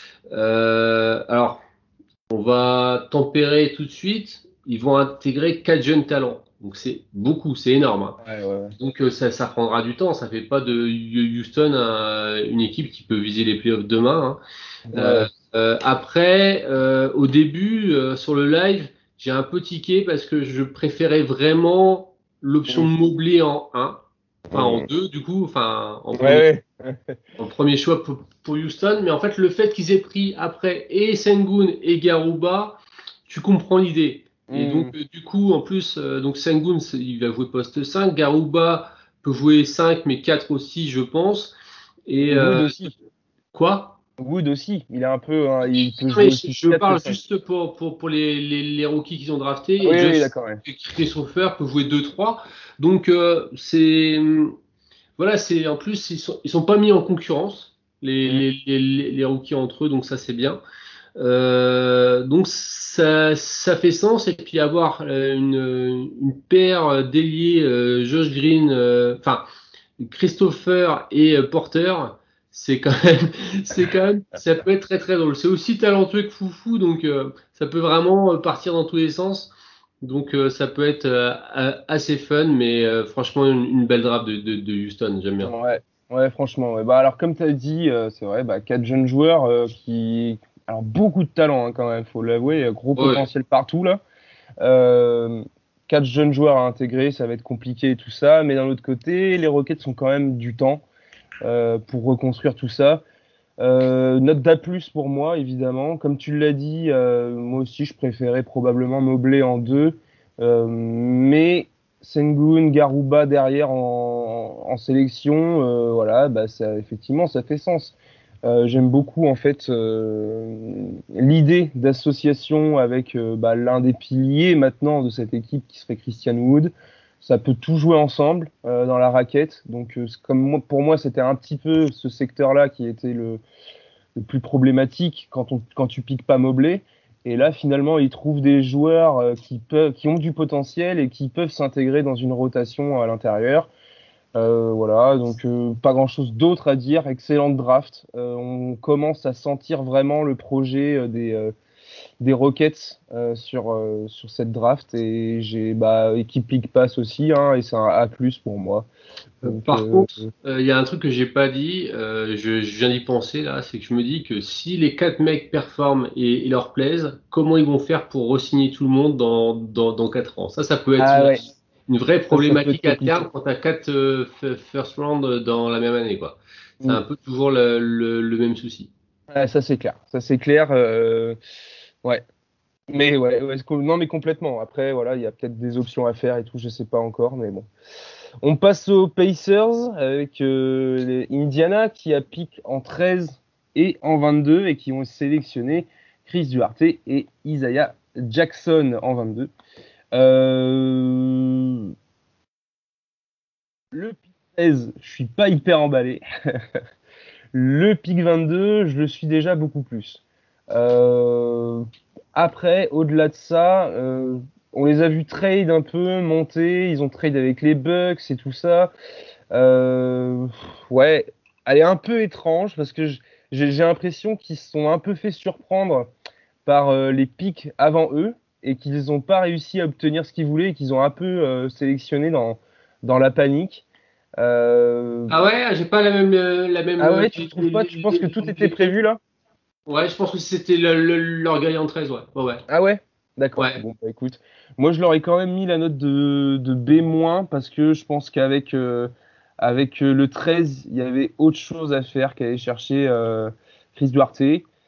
Alors, on va tempérer tout de suite. Ils vont intégrer 4 jeunes talents. Donc c'est beaucoup, c'est énorme, hein. Ouais, ouais, ouais. Donc ça prendra du temps. Ça fait pas de Houston une équipe qui peut viser les playoffs demain, hein. Ouais. Après, au début, sur le live, j'ai un peu tiqué parce que je préférais vraiment l'option Mm. Mobley en 1, enfin en Mm. 2 du coup, enfin Ouais, ouais. en premier choix pour Houston. Mais en fait, le fait qu'ils aient pris après et Sengun et Garuba, tu comprends l'idée. Et donc, Mm. du coup, en plus, donc Sengun, il va jouer poste 5, Garuba peut jouer 5, mais 4 aussi, je pense. Et Et Wood aussi. quoi? Wood aussi. Il est un peu, hein, il peut Mais jouer aussi je 4 que parle 5. juste pour les rookies qu'ils ont draftés Oui, et oui, Just d'accord. Ouais. Christopher peut jouer 2-3. Donc voilà, c'est en plus ils sont pas mis en concurrence Mm. les rookies entre eux, donc ça c'est bien. Donc ça fait sens et puis avoir une paire d'ailiers Josh Green, enfin Christopher et Porter, c'est quand même, ça peut être très très drôle. C'est aussi talentueux que Foufou, donc ça peut vraiment partir dans tous les sens. Donc ça peut être assez fun, mais franchement une belle draft de Houston, j'aime bien. Ouais, ouais, franchement. Ouais. Bah, alors, comme tu as dit, c'est vrai, bah, 4 jeunes joueurs qui. Alors, beaucoup de talent hein, quand même, faut l'avouer, gros Ouais. potentiel partout là. Euh, 4 jeunes joueurs à intégrer, ça va être compliqué et tout ça. Mais d'un autre côté, les Rockets sont quand même du temps pour reconstruire tout ça. Note d'A+, pour moi, évidemment. Comme tu l'as dit, moi aussi, je préférais probablement Mobley en 2. Mais Sengun, Garuba derrière en sélection, voilà, bah ça, effectivement, ça fait sens. J'aime beaucoup en fait l'idée d'association avec l'un des piliers maintenant de cette équipe qui serait Christian Wood. Ça peut tout jouer ensemble dans la raquette. Donc pour moi c'était un petit peu ce secteur-là qui était le plus problématique quand tu piques pas Mobley. Et là, finalement, ils trouvent des joueurs qui ont du potentiel et qui peuvent s'intégrer dans une rotation à l'intérieur. Voilà, donc pas grand-chose d'autre à dire. Excellente draft. On commence à sentir vraiment le projet des Rockets sur cette draft. Et j'ai équipe League Pass aussi, hein, et c'est un A+ pour moi. Donc, Par contre, il y a un truc que j'ai pas dit, je viens d'y penser là, c'est que je me dis que si les 4 mecs performent et leur plaisent, comment ils vont faire pour re-signer tout le monde dans 4 ans? Ça peut être ouais, une vraie ça peut être problématique à compliqué. terme quand tu as 4 first round dans la même année, quoi. C'est Mm. un peu toujours le même souci. Ouais, ça c'est clair. Ça c'est clair. Ouais. Mais non, mais complètement. Après, voilà, il y a peut-être des options à faire et tout, je sais pas encore, mais bon. On passe aux Pacers avec les Indiana qui a pick en 13 et en 22 et qui ont sélectionné Chris Duarte et Isaiah Jackson en 22. Le pick 13, je suis pas hyper emballé. Le pick 22, je le suis déjà beaucoup plus. Après, au-delà de ça, on les a vus trade un peu, monter. Ils ont trade avec les Bucks et tout ça. Ouais, elle est un peu étrange parce que j'ai l'impression qu'ils se sont un peu fait surprendre par les picks avant eux et qu'ils n'ont pas réussi à obtenir ce qu'ils voulaient et qu'ils ont un peu sélectionné dans la panique. Euh, Ah ouais, j'ai pas la même. Ah ouais, tu trouves pas? Tu penses que tout était prévu là? Ouais, je pense que c'était leur gagne en 13, ouais. Ouais, ouais. Ah ouais? D'accord. Ouais. Bon, bah écoute, moi je leur ai quand même mis la note de B- parce que je pense qu'avec le 13, il y avait autre chose à faire qu'aller chercher Chris Duarte.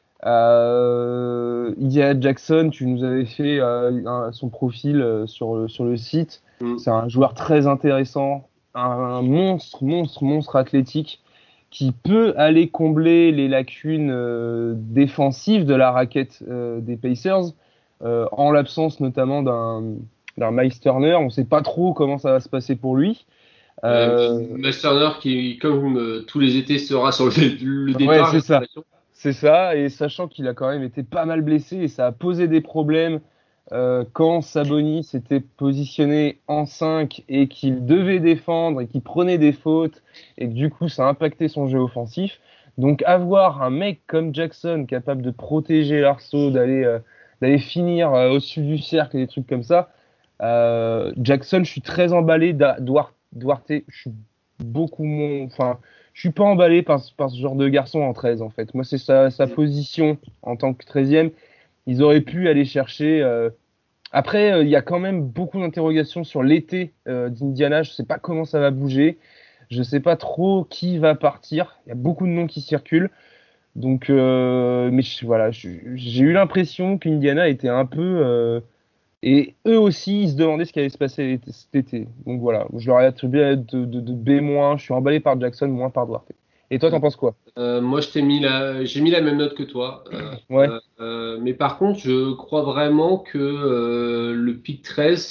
Isaiah Jackson, tu nous avais fait son profil sur le site. Mm. C'est un joueur très intéressant, un monstre athlétique qui peut aller combler les lacunes défensives de la raquette des Pacers, en l'absence notamment d'un Miles Turner. On ne sait pas trop comment ça va se passer pour lui. Miles Turner qui, comme tous les étés, sera sur le Ouais, départ, j'ai c'est ça. l'impression. C'est ça, et sachant qu'il a quand même été pas mal blessé et ça a posé des problèmes quand Sabonis s'était positionné en 5 et qu'il devait défendre et qu'il prenait des fautes et que du coup ça a impacté son jeu offensif. Donc avoir un mec comme Jackson capable de protéger l'arceau, d'aller finir au-dessus du cercle et des trucs comme ça, Jackson, je suis très emballé. Duarte, je suis beaucoup moins. Enfin, je suis pas emballé par ce genre de garçon en 13 en fait. Moi, c'est sa position en tant que 13e. Ils auraient pu aller chercher. Après, il y a quand même beaucoup d'interrogations sur l'été d'Indiana. Je sais pas comment ça va bouger. Je sais pas trop qui va partir. Il y a beaucoup de noms qui circulent. Donc, mais voilà, j'ai eu l'impression qu'Indiana était un peu. Et eux aussi, ils se demandaient ce qui allait se passer cet été. Donc voilà, je leur ai attribué la note de B-. Je suis emballé par Jackson, moins par Duarte. Et toi, t'en penses quoi? Moi, j'ai mis la même note que toi. Ouais, Mais par contre, je crois vraiment que le pick 13,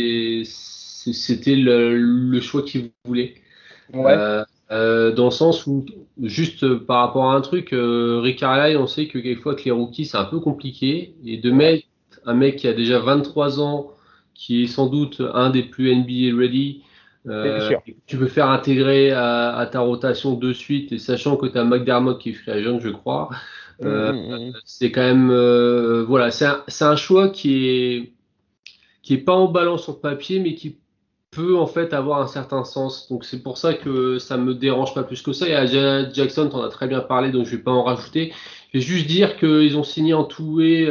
c'était le choix qu'ils voulaient. ouais, Dans le sens où, juste par rapport à un truc, Rick Carlisle, on sait que quelquefois que les rookies, c'est un peu compliqué. Et de ouais, mettre un mec qui a déjà 23 ans, qui est sans doute un des plus NBA ready, c'est sûr. et que tu peux faire intégrer à ta rotation de suite, et sachant que tu as McDermott qui est free agent, je crois, Mm, euh, mm, mm. c'est quand même, voilà, c'est un choix qui est pas emballant sur le papier, mais qui peut en fait avoir un certain sens. Donc c'est pour ça que ça me dérange pas plus que ça. Et à Jackson, t'en as très bien parlé, donc je vais pas en rajouter. Je vais juste dire qu'ils ont signé en tout-way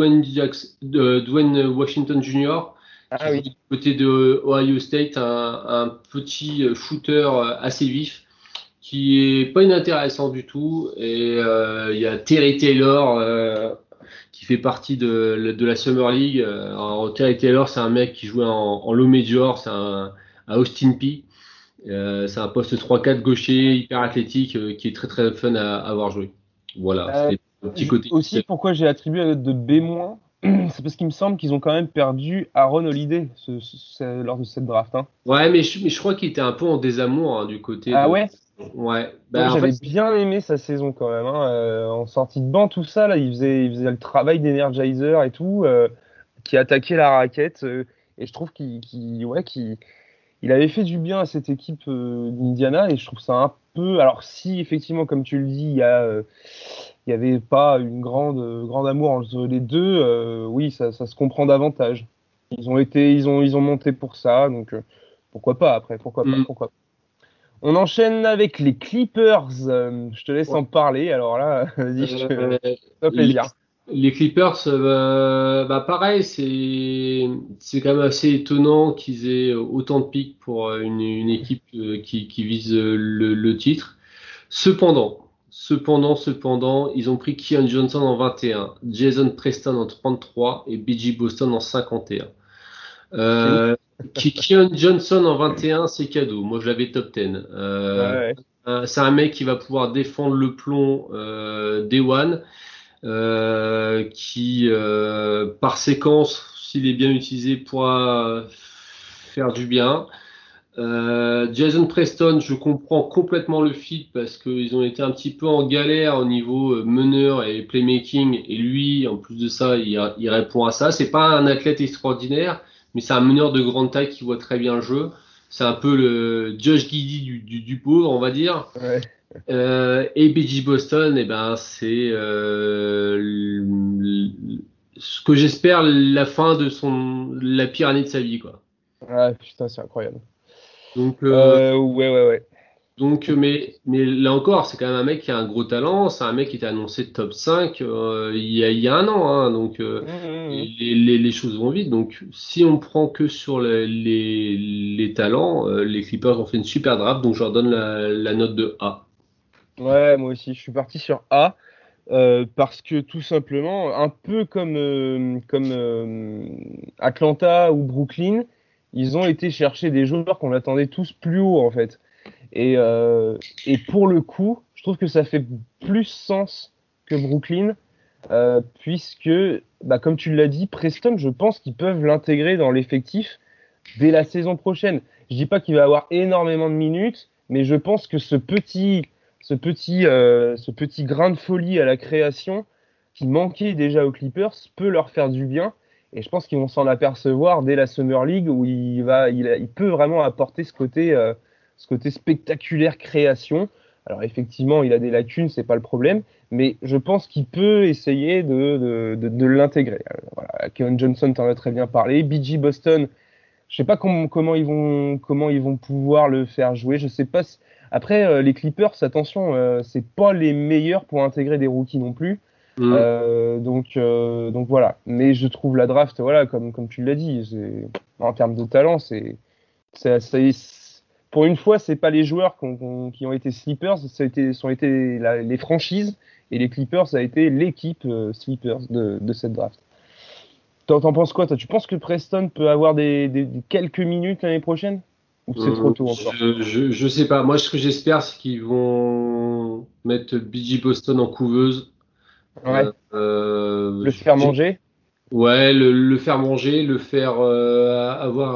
Dwayne Washington Jr., qui Ah joue oui. du côté de Ohio State, un petit shooter assez vif, qui est pas inintéressant du tout. Et il y a Terry Taylor, qui fait partie de la Summer League. Alors, Terry Taylor, c'est un mec qui jouait en low major, à Austin Peay. C'est un poste 3-4 gaucher, hyper athlétique, qui est très très fun à avoir joué. Voilà, c'était un petit côté. Aussi, pourquoi j'ai attribué à note de B-, c'est parce qu'il me semble qu'ils ont quand même perdu Aaron Holiday lors de cette draft. Hein. Ouais, mais je crois qu'il était un peu en désamour hein, du côté Ah de. ouais? Ouais, Moi, en fait, j'avais bien aimé sa saison quand même. Hein. En sortie de banc, tout ça, là, il faisait le travail d'Energizer et tout, qui attaquait la raquette. Et je trouve qu'il avait fait du bien à cette équipe d'Indiana. Et je trouve ça un peu. Alors, si effectivement, comme tu le dis, il y avait pas une grande amour entre les deux, oui, ça se comprend davantage. Ils ont monté pour ça, donc pourquoi pas après, hmm, pourquoi pas. On enchaîne avec les Clippers. Je te laisse ouais. en parler. Alors là, vas-y, Euh, fais les, plaisir. les Clippers, pareil, c'est quand même assez étonnant qu'ils aient autant de pics pour une équipe qui vise le titre. Cependant, ils ont pris Keon Johnson en 21, Jason Preston en 33 et B.J. Boston en 51. C'est ouf. Euh, Keon Johnson en 21, c'est cadeau. Moi, je l'avais top 10. Ouais, ouais. C'est un mec qui va pouvoir défendre le plomb Day One, qui, par séquence, s'il est bien utilisé, pourra faire du bien. Jason Preston, je comprends complètement le fit parce qu'ils ont été un petit peu en galère au niveau meneur et playmaking. Et lui, en plus de ça, il répond à ça. C'est pas un athlète extraordinaire, mais c'est un meneur de grande taille qui voit très bien le jeu. C'est un peu le Josh Giddey du pauvre, on va dire. Ouais. Et BG Boston, eh ben, c'est ce que j'espère la fin de la pire année de sa vie, quoi. Ouais, putain, c'est incroyable. Donc, Ouais, ouais, ouais. mais là encore, c'est quand même un mec qui a un gros talent. C'est un mec qui était annoncé top 5 il y a un an. Hein, donc, Mhm. les choses vont vite. Donc, si on prend que sur les talents, les Clippers ont fait une super draft. Donc, je leur donne la note de A. Ouais, moi aussi, je suis parti sur A. Parce que tout simplement, un peu comme Atlanta ou Brooklyn, ils ont été chercher des joueurs qu'on attendait tous plus haut en fait. Et pour le coup, je trouve que ça fait plus sens que Brooklyn, puisque, bah, comme tu l'as dit, Preston, je pense qu'ils peuvent l'intégrer dans l'effectif dès la saison prochaine. Je dis pas qu'il va avoir énormément de minutes, mais je pense que ce petit grain de folie à la création qui manquait déjà aux Clippers peut leur faire du bien. Et je pense qu'ils vont s'en apercevoir dès la Summer League où il peut vraiment apporter ce côté spectaculaire création. Alors effectivement, il a des lacunes, c'est pas le problème, mais je pense qu'il peut essayer de l'intégrer. Voilà, Kevin Johnson, t'en as très bien parlé. BG Boston, je sais pas comment ils vont pouvoir le faire jouer. Je sais pas. Après, les Clippers, attention, c'est pas les meilleurs pour intégrer des rookies non plus. Mm. Donc voilà. Mais je trouve la draft, voilà, comme tu l'as dit, en termes de talent, pour une fois, c'est pas les joueurs qui ont été sleepers, les franchises, et les Clippers, ça a été l'équipe sleepers de cette draft. T'en penses quoi, toi? Tu penses que Preston peut avoir des quelques minutes l'année prochaine? Ou c'est trop tôt encore? Je sais pas. Moi, ce que j'espère, c'est qu'ils vont mettre BG Boston en couveuse. Ouais. Le faire manger? Ouais, le faire manger, le faire avoir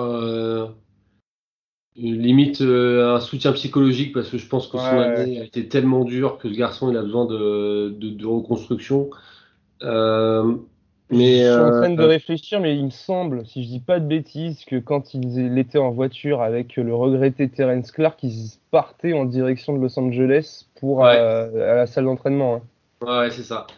limite un soutien psychologique parce que je pense que Ouais, son ouais. année a été tellement dure que ce garçon il a besoin de reconstruction. Euh, Je mais suis en train de réfléchir, mais il me semble, si je dis pas de bêtises, que quand il était en voiture avec le regretté Terence Clark, ils partaient en direction de Los Angeles pour ouais, à la salle d'entraînement. Hein. ouais, c'est ça.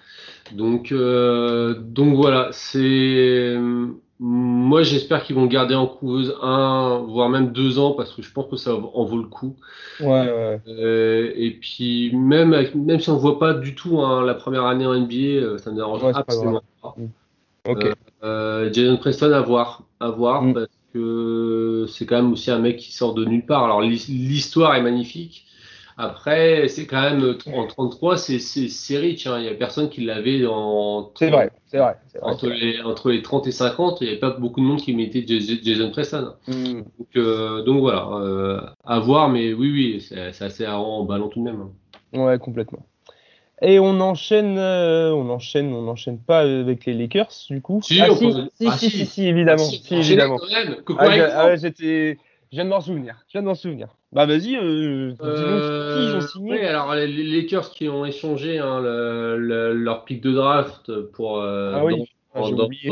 Donc voilà, c'est moi j'espère qu'ils vont garder en couveuse un, voire même 2 ans parce que je pense que ça en vaut le coup. Ouais, ouais, Et puis même si on ne voit pas du tout hein, la première année en NBA, ça ne me dérange ouais, c'est pas grave. absolument pas. Mm. Ok. Euh, Jalen Preston à voir Mm. parce que c'est quand même aussi un mec qui sort de nulle part. Alors l'histoire est magnifique. Après, c'est quand même en 33, c'est riche. Hein. Il y a personne qui l'avait C'est vrai, c'est vrai, c'est vrai, c'est entre vrai. les 30 et 50. Il n'y avait pas beaucoup de monde qui mettait Jason Preston. Mm. Donc voilà, à voir. Mais oui, c'est assez en ballon tout de même. Hein. Ouais, complètement. Et on enchaîne pas avec les Lakers, du coup. Si, Ah on si, peut... si, évidemment, on si, enchaînait évidemment. quand même. Ah, Cocorico. je viens de m'en souvenir, Bah vas-y, dis-nous qui ils ont Ouais, signé. alors les Lakers qui ont échangé hein, leur pick de draft pour Ah oui, j'ai oublié.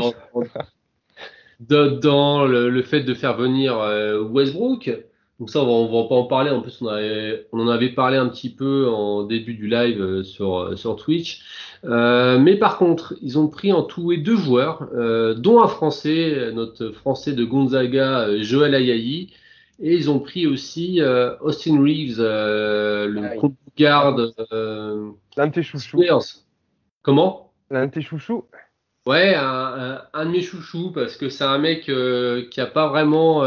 dans le fait de faire venir Westbrook. Donc ça, on va pas en parler. En plus, on en avait parlé un petit peu en début du live sur Twitch. Mais par contre, ils ont pris en tout et deux joueurs, dont un Français, notre Français de Gonzaga, Joël Ayayi. Et ils ont pris aussi Austin Reeves, le Ah oui. point guard L'un de tes chouchous. Spurs. Comment? L'un de tes chouchous. Ouais, un de mes chouchous, parce que c'est un mec qui a pas vraiment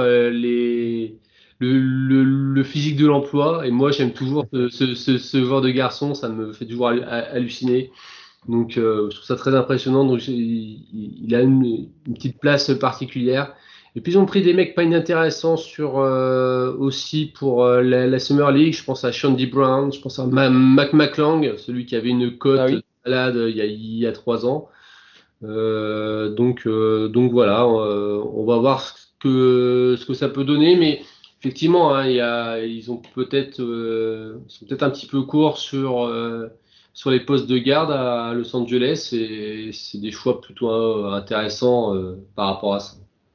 le physique de l'emploi. Et moi, j'aime toujours ce genre de garçon, ça me fait toujours halluciner. Donc, je trouve ça très impressionnant. Donc, il a une petite place particulière. Et puis, ils ont pris des mecs pas inintéressants aussi pour la Summer League. Je pense à Shandy Brown, je pense à Mac McClung, celui qui avait une Ah cote oui. malade il y a 3 ans. Donc voilà, on va voir ce que ça peut donner, mais effectivement, hein, ils sont peut-être un petit peu courts sur les postes de garde à Los Angeles et c'est des choix plutôt intéressants par rapport à ça.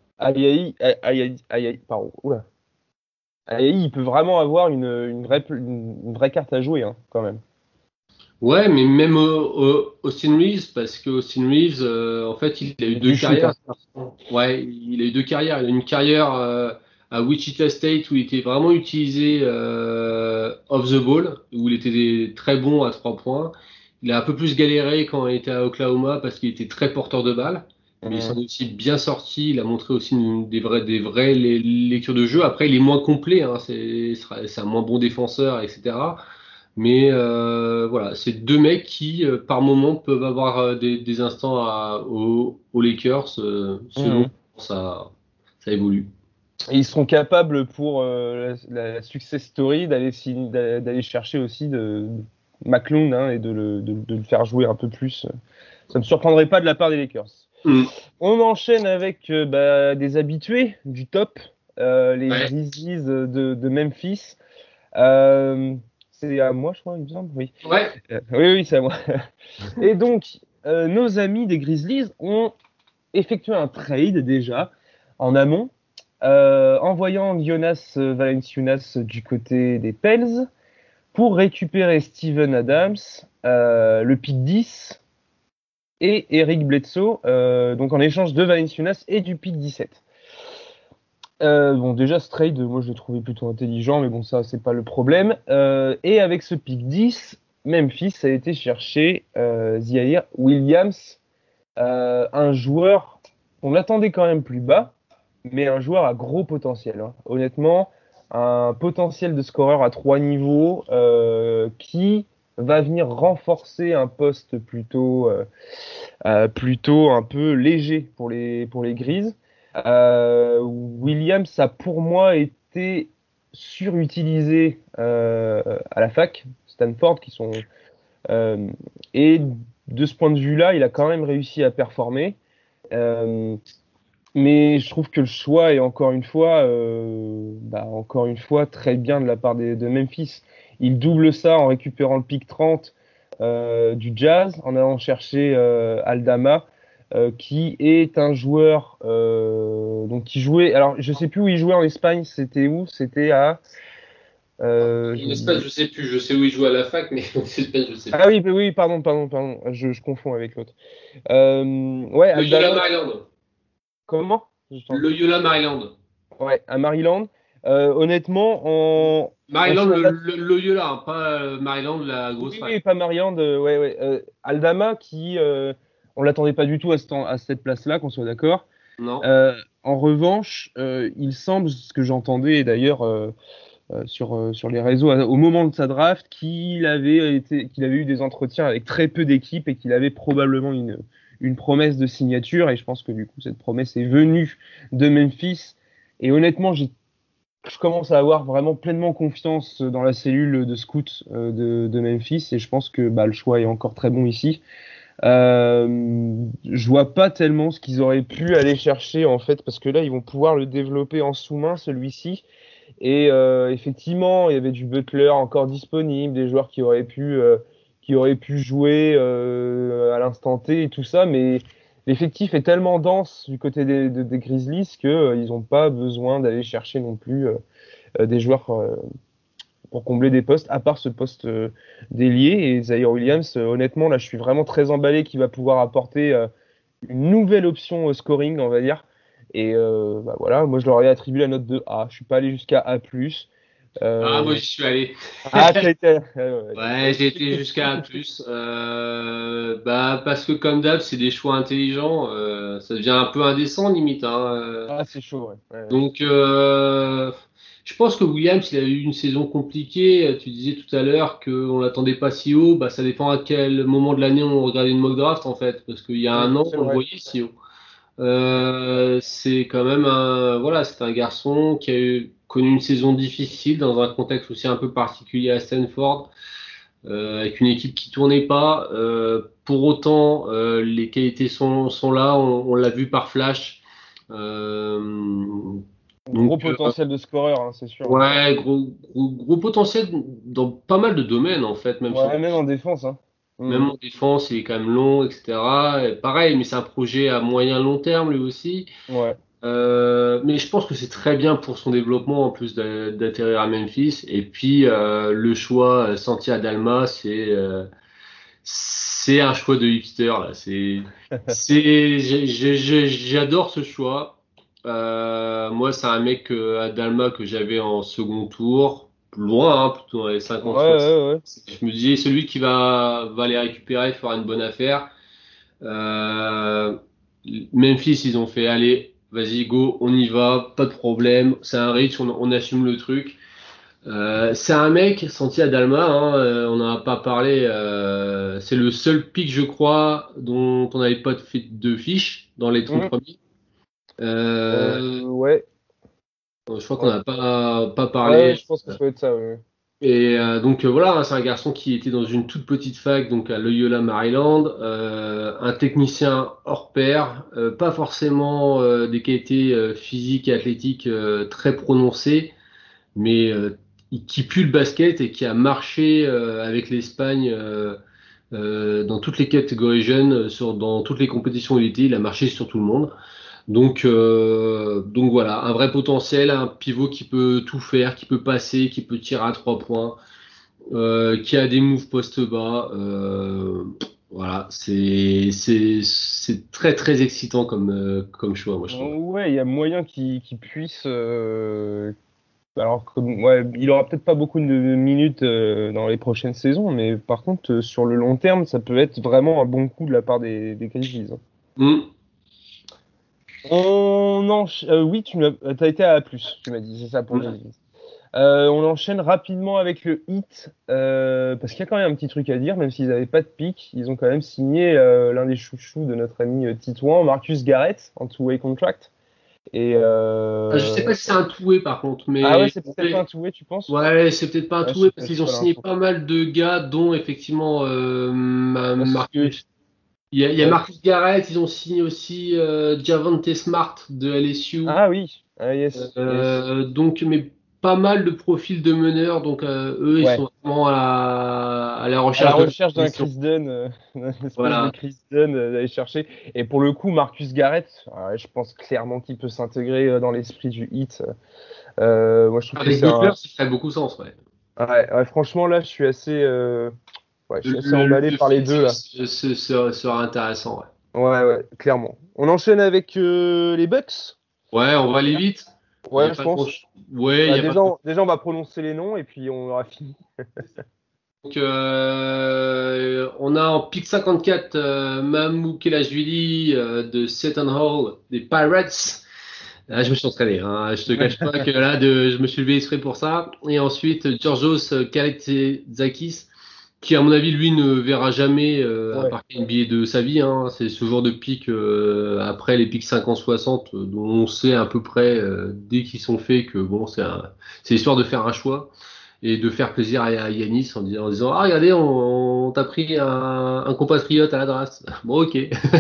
Pardon. Oula. Ayayi, il peut vraiment avoir une vraie carte à jouer, hein, quand même. Ouais, mais même Austin Reeves, parce que Austin Reeves, en fait, il a eu deux Du shoot, carrières. hein. Ouais, il a eu deux carrières. Il a une carrière à Wichita State où il était vraiment utilisé off the ball, où il était très bon à 3 points. Il a un peu plus galéré quand il était à Oklahoma parce qu'il était très porteur de balle, mais il s'en est aussi bien sorti. Il a montré aussi des vraies lectures de jeu. Après, il est moins complet, hein, c'est un moins bon défenseur, etc. Mais voilà, c'est deux mecs qui, par moment, peuvent avoir des instants aux Lakers, selon Mhm. comment ça évolue. Et ils seront capables pour la success story d'aller chercher aussi de McClung, hein, et de le faire jouer un peu plus. Ça ne me surprendrait pas de la part des Lakers. Mm. On enchaîne avec des habitués du top, les Ouais, Grizzlies de Memphis. Euh, c'est à moi, je crois, il me semble. Oui, ouais, oui, c'est à moi. Et donc, nos amis des Grizzlies ont effectué un trade déjà en amont, envoyant Jonas Valanciunas du côté des Pels pour récupérer Steven Adams, le pick 10 et Eric Bledsoe, donc en échange de Valanciunas et du pick 17. Bon, déjà, ce trade, moi, je l'ai trouvé plutôt intelligent, mais bon, ça, c'est pas le problème. Et avec ce pick 10, Memphis a été chercher Zaire Williams, un joueur qu'on attendait quand même plus bas, mais un joueur à gros potentiel, hein. Honnêtement, un potentiel de scoreur à 3 niveaux qui va venir renforcer un poste plutôt un peu léger pour les Grises. Williams a pour moi été surutilisé à la fac, Stanford, euh, et de ce point de vue-là, il a quand même réussi à performer. Mais je trouve que le choix est encore une fois très bien de la part de Memphis. Il double ça en récupérant le pick 30 du Jazz, en allant chercher Aldama, qui est un joueur donc qui jouait. Alors je sais plus où il jouait en Espagne. C'était où? C'était à. J'ai en Espagne, oublié. je sais plus, je sais où il joue à la fac, mais en Espagne, je sais Ah plus. oui, oui, pardon. Je confonds avec l'autre. Ouais, Loyola Aldama. Maryland. Comment? Loyola Maryland. Ouais, à Maryland. Honnêtement, en Maryland, jouant là. Loyola, hein, pas Maryland, la grosse Oui, oui, fac. pas Maryland, ouais, ouais. Aldama, on l'attendait pas du tout à cette place-là, qu'on soit d'accord. Non. En revanche, il semble, ce que j'entendais d'ailleurs sur les réseaux au moment de sa draft, qu'il avait eu des entretiens avec très peu d'équipes et qu'il avait probablement une promesse de signature. Et je pense que du coup, cette promesse est venue de Memphis. Et honnêtement, j'ai je commence à avoir vraiment pleinement confiance dans la cellule de scout de Memphis et je pense que le choix est encore très bon ici. Je vois pas tellement ce qu'ils auraient pu aller chercher en fait parce que là ils vont pouvoir le développer en sous-main celui-ci et effectivement il y avait du Butler encore disponible, des joueurs qui auraient pu jouer à l'instant T et tout ça, mais l'effectif est tellement dense du côté des Grizzlies que ils ont pas besoin d'aller chercher non plus des joueurs pour combler des postes, à part ce poste d'ailier. Et Zaire Williams, honnêtement, là, je suis vraiment très emballé qu'il va pouvoir apporter une nouvelle option scoring, on va dire. Et voilà, moi, je leur ai attribué la note de A. Je suis pas allé jusqu'à A+. Moi, j'y suis allé. Ah, t'as été... Ouais, j'ai été jusqu'à A+. Parce que comme d'hab, c'est des choix intelligents. Ça devient un peu indécent, limite, hein. Ah, c'est chaud, ouais. Donc, je pense que Williams, il a eu une saison compliquée. Tu disais tout à l'heure qu'on l'attendait pas si haut. Ça dépend à quel moment de l'année on regardait une mock draft, en fait. Parce qu'il y a un an, C'est on le vrai. voyait si haut. C'est quand même c'est un garçon qui a connu une saison difficile dans un contexte aussi un peu particulier à Stanford, avec une équipe qui tournait pas. Pour autant, les qualités sont là. On l'a vu par flash. Gros potentiel de scoreur, hein, c'est sûr. Ouais, gros potentiel dans pas mal de domaines en fait, Ouais, même en défense. Hein. même en défense, il est quand même long, etc. Et pareil, mais c'est un projet à moyen long terme lui aussi. Ouais. Mais je pense que c'est très bien pour son développement en plus d'atterrir à Memphis. Et puis le choix Santi Dalma, c'est un choix de hipster là. J'adore ce choix. Moi, c'est un mec Adalma que j'avais en second tour, loin, hein, plutôt dans les Ouais, 50 60. ouais, ouais. Je me disais, celui qui va les récupérer fera une bonne affaire. Euh, Memphis, ils ont fait, allez, vas-y, go, on y va, pas de problème. C'est un reach, on assume le truc. C'est un mec, Santi Adalma, hein, on n'en a pas parlé. C'est le seul pic, je crois, dont on n'avait pas fait de fiche dans les 30 Mhm. premiers. Euh, Ouais. je crois qu'on Ouais. n'a pas Ouais, parlé. je pense que ça doit être ça. Ouais. Et donc voilà, hein, c'est un garçon qui était dans une toute petite fac, donc à Loyola Maryland, un technicien hors pair, pas forcément des qualités physiques et athlétiques très prononcées, mais qui pue le basket et qui a marché avec l'Espagne dans toutes les catégories jeunes, dans toutes les compétitions où il était, il a marché sur tout le monde. Donc voilà, un vrai potentiel, un pivot qui peut tout faire, qui peut passer, qui peut tirer à 3 points, qui a des moves poste bas. Voilà, c'est très très excitant comme choix, moi je trouve. Ouais, il y a moyen qu'il puisse. Alors, ouais, il aura peut-être pas beaucoup de minutes dans les prochaines saisons, mais par contre, sur le long terme, ça peut être vraiment un bon coup de la part des Grizzlies. Hein. Hmm. Oui, t'as été à A+, tu m'as dit, c'est ça pour les Hmm. Grizzlies. On enchaîne rapidement avec le Heat, parce qu'il y a quand même un petit truc à dire, même s'ils n'avaient pas de pic, ils ont quand même signé l'un des chouchous de notre ami Titouan, Marcus Garrett, en two-way contract. Et Je sais pas si c'est un two-way par contre, ah ouais, mais c'est peut-être pas un two-way, tu penses? ouais, c'est peut-être pas un Ouais, two-way parce j'ai qu'ils ont pas signé l'info. pas mal de gars, dont effectivement Parce que Marcus. Il y a ouais. Marcus Garrett, ils ont signé aussi Javonte Smart de LSU. Ah oui, ah, yes, yes. Donc, mais pas mal de profils de meneurs. Donc, eux, ils Ouais. sont vraiment à la À la recherche de recherche d'un position. Chris Dunn, d'une espèce de Voilà. Chris Dunn d'aller chercher. Et pour le coup, Marcus Garrett, je pense clairement qu'il peut s'intégrer dans l'esprit du Heat. Moi, je trouve que Avec c'est Butler, un. ça ferait beaucoup sens, ouais. Ouais, franchement, là, je suis assez emballé Le par les fit deux là. sera intéressant, ouais. Ouais, ouais, clairement. On enchaîne avec les Bucks. Ouais, on va aller vite. Il y a Ouais, je pas trop. pense. Ouais, il Bah, y a pas déjà, trop. déjà, on va prononcer les noms et puis on aura fini. Donc, on a en pick 54 Mamou Kelashvili de Seton Hall, des Pirates. Ah, je me suis entraîné, hein. Je te cache pas que là, je me suis levé exprès pour ça. Et ensuite, Georgios Kalaitzakis qui à mon avis lui ne verra jamais un Ouais. parquet NBA de sa vie, hein. C'est ce genre de pic après les pics 50-60 dont on sait à peu près dès qu'ils sont faits que bon c'est histoire de faire un choix et de faire plaisir à Yanis en disant ah regardez on t'a pris un compatriote à la draft. Bon ok.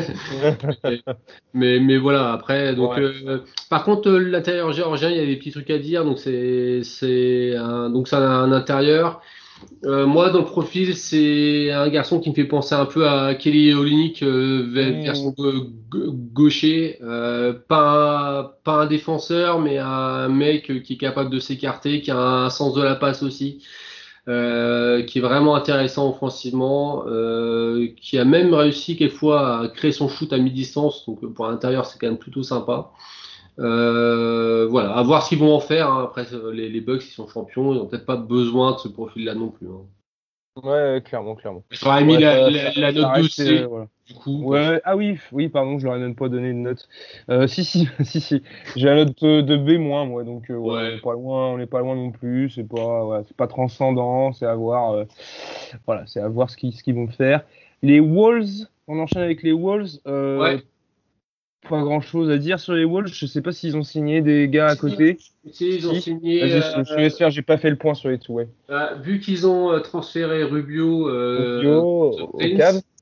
Mais voilà, après, donc, Ouais. par contre, l'intérieur géorgien, il y a des petits trucs à dire, donc c'est un intérieur. Moi, dans le profil, c'est un garçon qui me fait penser un peu à Kelly Olynyk, version Hmm. gaucher, pas un défenseur, mais un mec qui est capable de s'écarter, qui a un sens de la passe aussi qui est vraiment intéressant offensivement, qui a même réussi quelquefois à créer son shoot à mi-distance, donc pour l'intérieur c'est quand même plutôt sympa. Voilà, à voir ce qu'ils vont en faire, hein. Après les Bucks ils sont champions, ils n'ont peut-être pas besoin de ce profil-là non plus, hein. Ouais, clairement, clairement. J'aurais mis Ouais, la ça note reste, 2C voilà. du coup, parce Ouais, ah oui, oui, pardon, je leur ai même pas donné de note. Si, si, si. J'ai la note de B-, moi, donc ouais, ouais. on n'est pas loin non plus. C'est pas transcendant, c'est à voir, voilà, c'est à voir ce qu'ils vont faire. Les Wolves, on enchaîne avec les Wolves. Ouais. Pas grand-chose à dire sur les Wolves. Je sais pas s'ils ont signé des gars à côté. Ils ont Si. signé, Vas-y, je te laisse faire. J'ai pas fait le point sur les tout. Ouais. vu qu'ils ont transféré Rubio Rubio The au Cavs. Prince.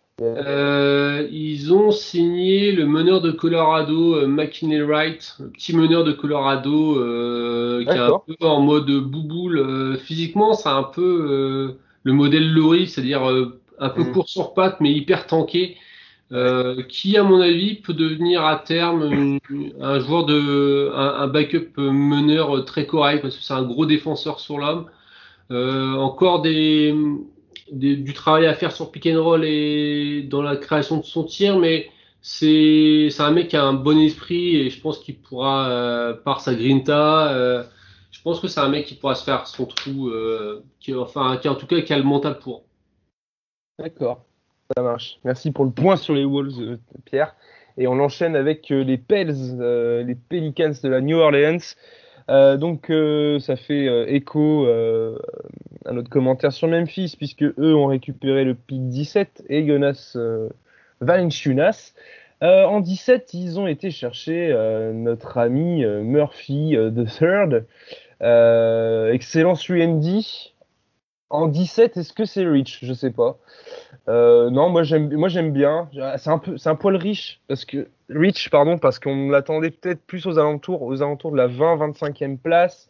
Ils ont signé le meneur de Colorado, McKinley Wright, le petit meneur de Colorado, qui est un D'accord. peu en mode bouboule. Physiquement, c'est un peu le modèle Laurie, c'est-à-dire un peu Hmm. court sur pattes, mais hyper tanké, Ouais. qui, à mon avis, peut devenir à terme un joueur un backup meneur très correct, parce que c'est un gros défenseur sur l'homme. Encore du travail à faire sur pick and roll et dans la création de son tir, mais c'est un mec qui a un bon esprit et je pense qu'il pourra, par sa grinta, je pense que c'est un mec qui pourra se faire son trou, qui en tout cas qui a le mental pour. D'accord. Ça marche. Merci pour le point sur les Wolves, Pierre. Et on enchaîne avec les Pels, les Pelicans de la New Orleans. Ça fait écho à notre commentaire sur Memphis, puisque eux ont récupéré le pick 17 et Jonas Valanciunas. En 17, ils ont été chercher notre ami Murphy the Third. Excellent 3&D. En 17, est-ce que c'est Rich? Je sais pas. Non, moi j'aime bien. C'est un poil rich, pardon, parce qu'on l'attendait peut-être plus aux alentours de la 20-25e place.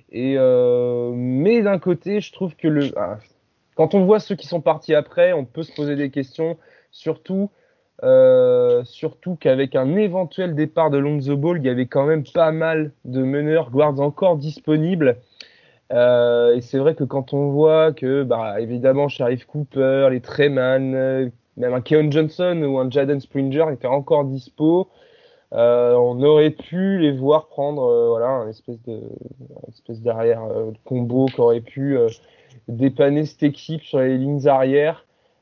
Mais d'un côté, je trouve que quand on voit ceux qui sont partis après, on peut se poser des questions, surtout, surtout qu'avec un éventuel départ de Lonzo Ball, il y avait quand même pas mal de meneurs guards encore disponibles. Et c'est vrai que quand on voit que, bah, évidemment, Sharif Cooper, les Treman, même un Keon Johnson ou un Jaden Springer étaient encore dispo, on aurait pu les voir prendre, voilà, une espèce d'arrière combo qui aurait pu dépanner cette équipe sur les lignes arrière.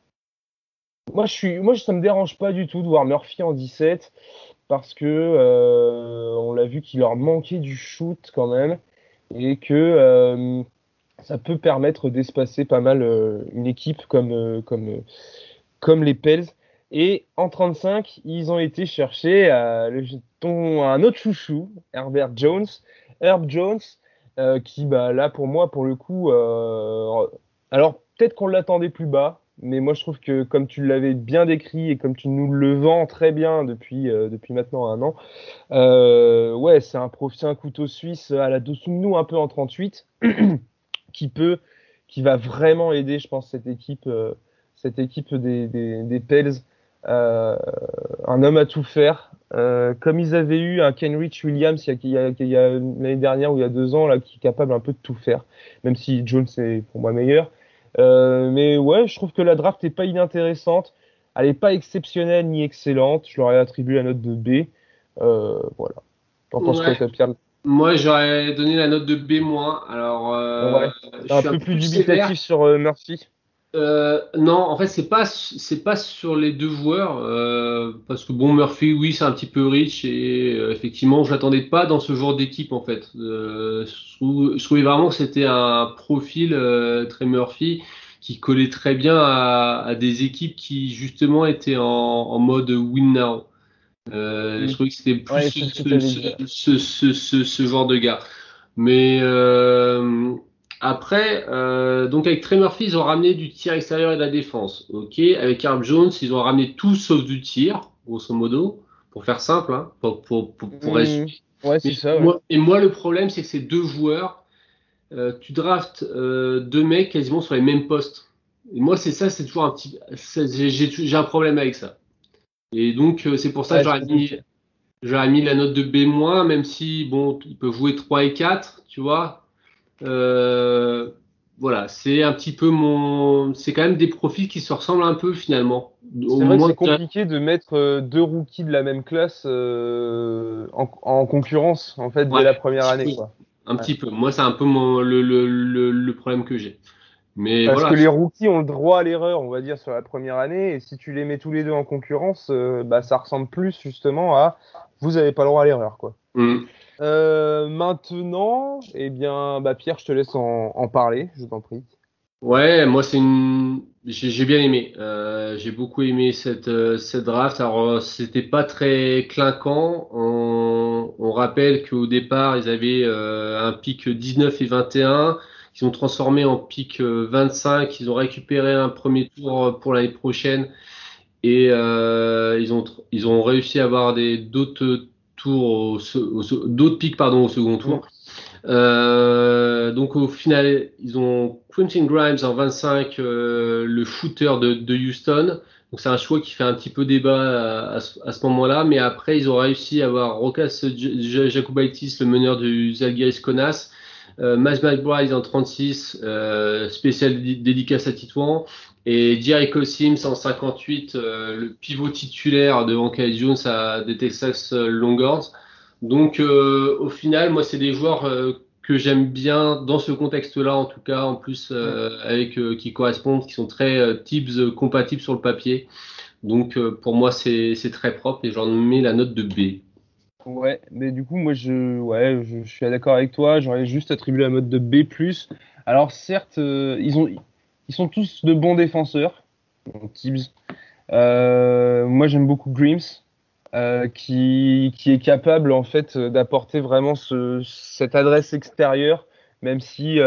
Ça me dérange pas du tout de voir Murphy en 17 parce que on l'a vu qu'il leur manquait du shoot quand même et que ça peut permettre d'espacer pas mal une équipe comme les Pels. Et en 35, ils ont été chercher un autre chouchou, Herb Jones, qui, bah, là, pour moi, pour le coup, alors peut-être qu'on l'attendait plus bas, mais moi, je trouve que comme tu l'avais bien décrit et comme tu nous le vends très bien depuis maintenant un an, ouais, c'est un couteau suisse à la Dosunmu un peu en 38 qui peut, qui va vraiment aider, je pense, cette équipe des Pels. Euh, un homme à tout faire. Comme ils avaient eu un Kenrich Williams il y a l'année dernière ou il y a 2 ans, là, qui est capable un peu de tout faire, même si Jones est pour moi meilleur. Mais ouais, je trouve que la draft est pas inintéressante. Elle est pas exceptionnelle ni excellente. Je leur ai attribué la note de B. Voilà. T'en penses quoi, Ouais. toi, Pierre? Moi, j'aurais donné la note de B-. Alors, Ouais. je T'es un suis un peu peu plus plus sévère. dubitatif sur Murphy. Non, en fait, c'est pas sur les deux joueurs parce que bon, Murphy, oui, c'est un petit peu rich et effectivement, je l'attendais pas dans ce genre d'équipe en fait. Je trouvais vraiment que c'était un profil très Murphy qui collait très bien à des équipes qui justement étaient en mode win now. Je trouvais que c'était plus Ouais, c'est ce que t'avais dit. ce genre de gars. Mais après, donc avec Trey Murphy, ils ont ramené du tir extérieur et de la défense. Ok, avec Herb Jones, ils ont ramené tout sauf du tir, grosso modo, pour faire simple, hein, pour résumer. Ouais, c'est Mais ça, ouais. moi, le problème, c'est que ces deux joueurs, tu draftes deux mecs quasiment sur les mêmes postes. Et moi, c'est ça, c'est toujours un petit, j'ai un problème avec ça. Et donc, c'est pour ça que Ouais, je peux comprendre. j'aurais mis la note de B-, même si, bon, ils peuvent jouer 3 et 4, tu vois. Euh, voilà, c'est un petit peu c'est quand même des profils qui se ressemblent un peu finalement. Au C'est vrai que moins, c'est compliqué de mettre deux rookies de la même classe en concurrence, en fait, ouais, dès la première année, quoi. un Ouais. petit peu. Moi, c'est un peu le problème que j'ai. Mais Parce voilà, que les rookies ont le droit à l'erreur, on va dire, sur la première année, et si tu les mets tous les deux en concurrence, bah, ça ressemble plus justement à vous n'avez pas le droit à l'erreur, quoi. hum. Maintenant, eh bien, bah, Pierre, je te laisse en parler, je t'en prie. Ouais, moi j'ai bien aimé. J'ai beaucoup aimé cette draft. Alors c'était pas très clinquant. On rappelle qu'au départ ils avaient un pick 19 et 21 qu'ils ont transformé en pick 25. Ils ont récupéré un premier tour pour l'année prochaine et ils ont réussi à avoir d'autres tours d'autres picks pardon au second Mm. tour. Donc au final, ils ont Quentin Grimes en 25, le shooter de Houston. Donc c'est un choix qui fait un petit peu débat à ce moment-là, mais après ils ont réussi à avoir Rokas Jacobaitis, le meneur du Zalgiris Kaunas, Miles McBride en 36, spécial dédicace à Titouan, et Jericho Sims en 58, le pivot titulaire devant Kyle Jones des Texas Longhorns. Donc, au final, moi, c'est des joueurs que j'aime bien dans ce contexte-là, en tout cas, en plus, Mm. avec qui correspondent, qui sont très tips compatibles sur le papier. Donc, pour moi, c'est très propre et j'en mets la note de B. Ouais, mais du coup, moi, je suis d'accord avec toi. J'aurais juste attribué la note de B+. Alors, certes, ils sont tous de bons défenseurs. Donc, Tibbs. Moi, j'aime beaucoup Grimes, qui est capable, en fait, d'apporter vraiment cette adresse extérieure, même si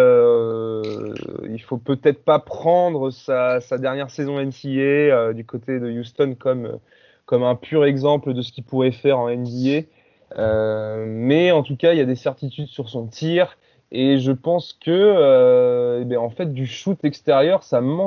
il faut peut-être pas prendre sa dernière saison NCAA du côté de Houston comme un pur exemple de ce qu'il pourrait faire en NBA. Mais en tout cas, il y a des certitudes sur son tir. Et je pense que, eh bien, en fait, du shoot extérieur,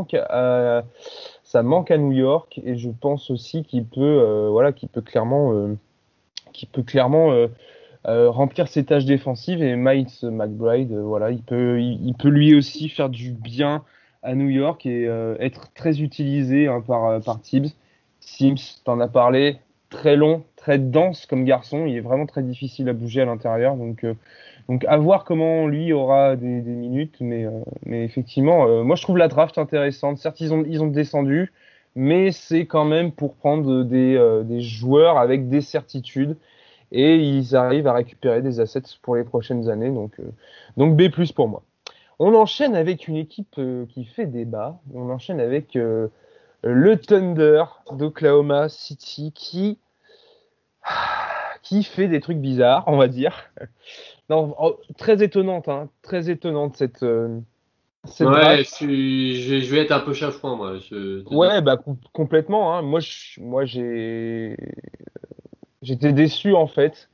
ça manque à New York. Et je pense aussi voilà, qu'il peut clairement remplir ses tâches défensives. Et Miles McBride, voilà, il peut lui aussi faire du bien à New York et être très utilisé hein, par Tibbs. Sims, t'en as parlé, très long, très dense comme garçon. Il est vraiment très difficile à bouger à l'intérieur. Donc à voir comment lui aura des minutes. Mais effectivement, moi je trouve la draft intéressante. Certes, ils ont descendu, mais c'est quand même pour prendre des joueurs avec des certitudes et ils arrivent à récupérer des assets pour les prochaines années. Donc B+ pour moi. On enchaîne avec une équipe qui fait débat. On enchaîne avec le Thunder d'Oklahoma City qui fait des trucs bizarres, on va dire. Non, très étonnante, hein, très étonnante cette Ouais, draft. je vais être un peu chafouin, moi. Ouais, bah complètement. Hein. J'étais déçu en fait.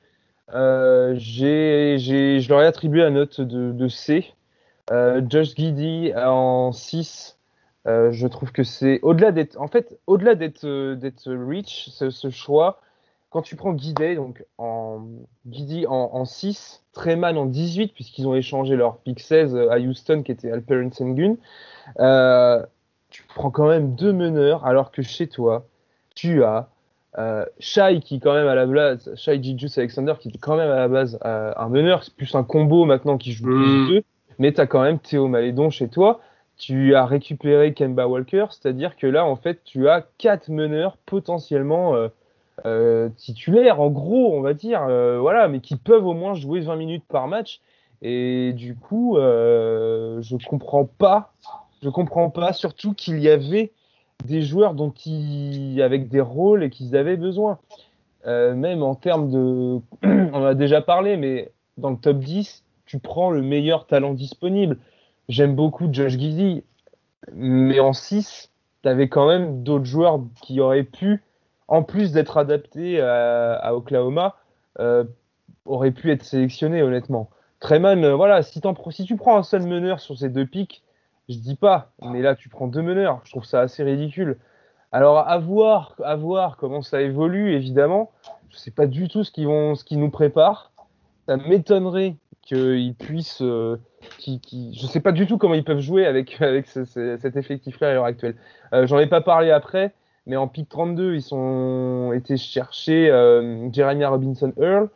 Je leur ai attribué la note de C. Josh Giddey en 6. Je trouve que c'est au-delà d'être rich, ce choix. Quand tu prends Giddey en 6, Treman en 18, puisqu'ils ont échangé leur pick 16 à Houston, qui était Alperen Sengun, tu prends quand même deux meneurs, alors que chez toi, tu as Shai qui quand même à la base, Shai Gilgeous Alexander qui était quand même à la base un meneur, c'est plus un combo maintenant qui joue plus Hmm. deux, mais tu as quand même Théo Malédon chez toi, tu as récupéré Kemba Walker, c'est-à-dire que là en fait tu as quatre meneurs potentiellement titulaires en gros on va dire, voilà, mais qui peuvent au moins jouer 20 minutes par match, et du coup je comprends pas Je comprends pas, surtout qu'il y avait des joueurs avec des rôles et qu'ils avaient besoin. Même en termes de, on en a déjà parlé, mais dans le top 10, tu prends le meilleur talent disponible. J'aime beaucoup Josh Giddey, mais en 6, tu avais quand même d'autres joueurs qui auraient pu, en plus d'être adaptés à Oklahoma, euh, auraient pu être sélectionnés, honnêtement. Treman, voilà, si tu prends un seul meneur sur ces deux pics, je dis pas, mais là, tu prends deux meneurs. Je trouve ça assez ridicule. Alors, à voir comment ça évolue, évidemment. Je sais pas du tout ce qu'ils nous préparent. Ça m'étonnerait qu'ils puissent, je sais pas du tout comment ils peuvent jouer avec, cet effectif-là à l'heure actuelle. J'en ai pas parlé après, mais en pick 32, ils sont été chercher Jeremiah Robinson Earl.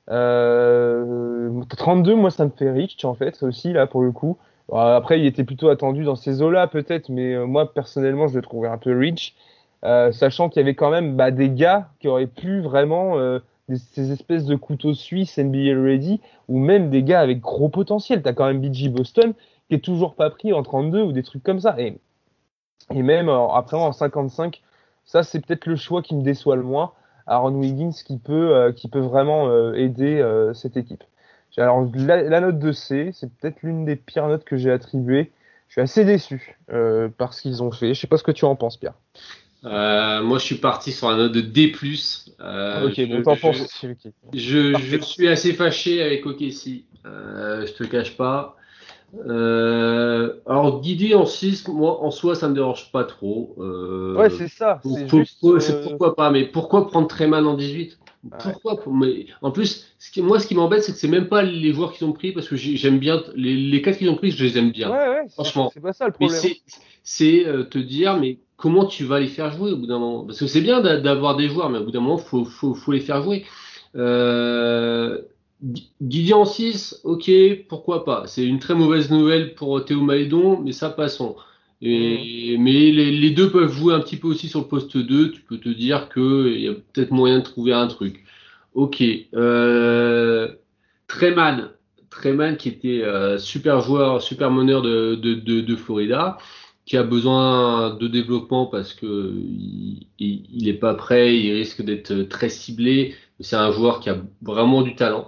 32, moi, ça me fait rich, en fait, aussi, là, pour le coup. Après, il était plutôt attendu dans ces eaux-là, peut-être, mais moi, personnellement, je le trouvais un peu rich. Sachant qu'il y avait quand même des gars qui auraient pu vraiment ces espèces de couteaux suisses NBA ready, ou même des gars avec gros potentiel. T'as quand même BG Boston qui est toujours pas pris en 32 ou des trucs comme ça. Et même après en 55, ça c'est peut-être le choix qui me déçoit le moins. Aaron Wiggins qui peut vraiment aider cette équipe. Alors la note de C, c'est peut-être l'une des pires notes que j'ai attribuées. Je suis assez déçu par ce qu'ils ont fait. Je sais pas ce que tu en penses, Pierre. Moi, je suis parti sur un note de D+. Ok, bon, t'en penses aussi, ok. Je suis assez fâché avec OKC. Je te cache pas. Alors, Guidi en 6, moi, en soi, ça me dérange pas trop. Ouais, c'est ça. C'est juste. C'est pourquoi pas. Mais pourquoi prendre Treman en 18? Pourquoi? Mais en plus, ce qui m'embête, c'est que c'est même pas les joueurs qu'ils ont pris, parce que j'aime bien les 4 qu'ils ont pris, je les aime bien. Ouais, Franchement. c'est pas ça le Mais problème. c'est te dire, mais comment tu vas les faire jouer au bout d'un moment? Parce que c'est bien d'avoir des joueurs, mais au bout d'un moment, faut les faire jouer. Euh, Guidi en 6, ok, pourquoi pas. C'est une très mauvaise nouvelle pour Théo Malédon, mais ça passons. Mais les deux peuvent jouer un petit peu aussi sur le poste 2. Tu peux te dire qu'il y a peut-être moyen de trouver un truc. Ok. Treman. Treman qui était super joueur, super meneur de Florida, qui a besoin de développement parce que il est pas prêt, il risque d'être très ciblé. C'est un joueur qui a vraiment du talent.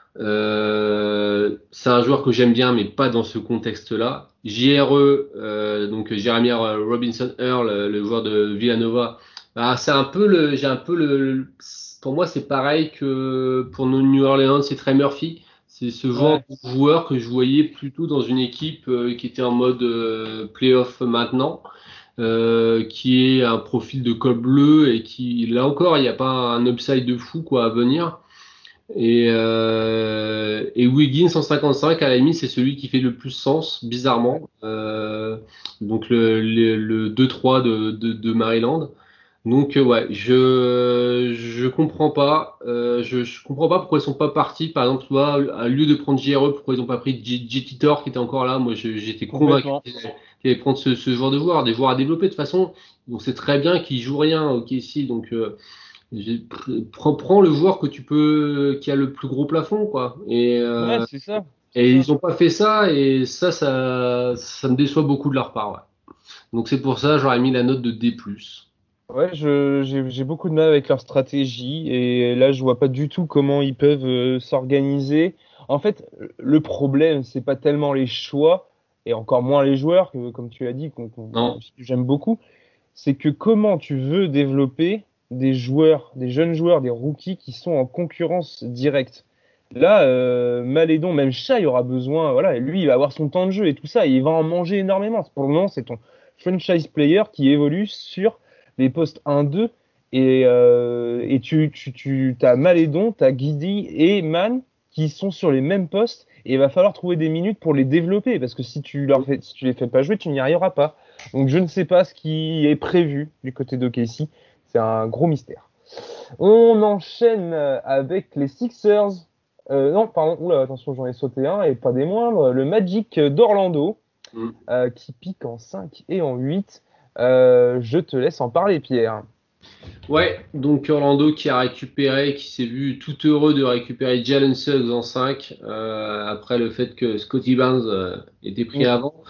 C'est un joueur que j'aime bien, mais pas dans ce contexte-là. JRE, donc Jeremiah Robinson Earl, le joueur de Villanova. Bah, j'ai un peu pour moi, c'est pareil que pour New Orleans, c'est Trey Murphy. C'est ce genre de joueur que je voyais plutôt dans une équipe qui était en mode playoff maintenant, qui est un profil de col bleu et qui, là encore, il n'y a pas un upside de fou quoi à venir. Et Wiggins 155 à la limite c'est celui qui fait le plus sens bizarrement donc le 2-3 de Maryland donc ouais je comprends pas je comprends pas pourquoi ils sont pas partis par exemple tu vois à lieu de prendre JRE pourquoi ils ont pas pris Titor qui était encore là moi j'étais convaincu qu'ils allaient prendre ce genre de joueurs des joueurs à développer de toute façon donc c'est très bien qu'ils jouent rien ok si donc prends le joueur que tu peux, qui a le plus gros plafond, quoi. C'est ça. Et ils n'ont pas fait ça, et ça me déçoit beaucoup de leur part, ouais. Donc c'est pour ça, j'aurais mis la note de D+. Ouais, j'ai beaucoup de mal avec leur stratégie et là, je vois pas du tout comment ils peuvent s'organiser. En fait, le problème, c'est pas tellement les choix et encore moins les joueurs, que, comme tu as dit, Non. que j'aime beaucoup. C'est que comment tu veux développer des joueurs, des jeunes joueurs, des rookies qui sont en concurrence directe. Là, Malédon, même Shai aura besoin, voilà, lui, il va avoir son temps de jeu et tout ça, et il va en manger énormément. Pour le moment, c'est ton franchise player qui évolue sur les postes 1-2, et tu as Malédon, tu as Guidi et Man qui sont sur les mêmes postes, et il va falloir trouver des minutes pour les développer, parce que si tu les fais pas jouer, tu n'y arriveras pas. Donc je ne sais pas ce qui est prévu du côté d'OKC. C'est un gros mystère. On enchaîne avec les Sixers. Non, pardon, oula, attention, j'en ai sauté un et pas des moindres. Le Magic d'Orlando qui pique en 5 et en 8. Je te laisse en parler, Pierre. Ouais, donc Orlando qui a récupéré, qui s'est vu tout heureux de récupérer Jalen Suggs en 5 après le fait que Scotty Barnes était pris avant.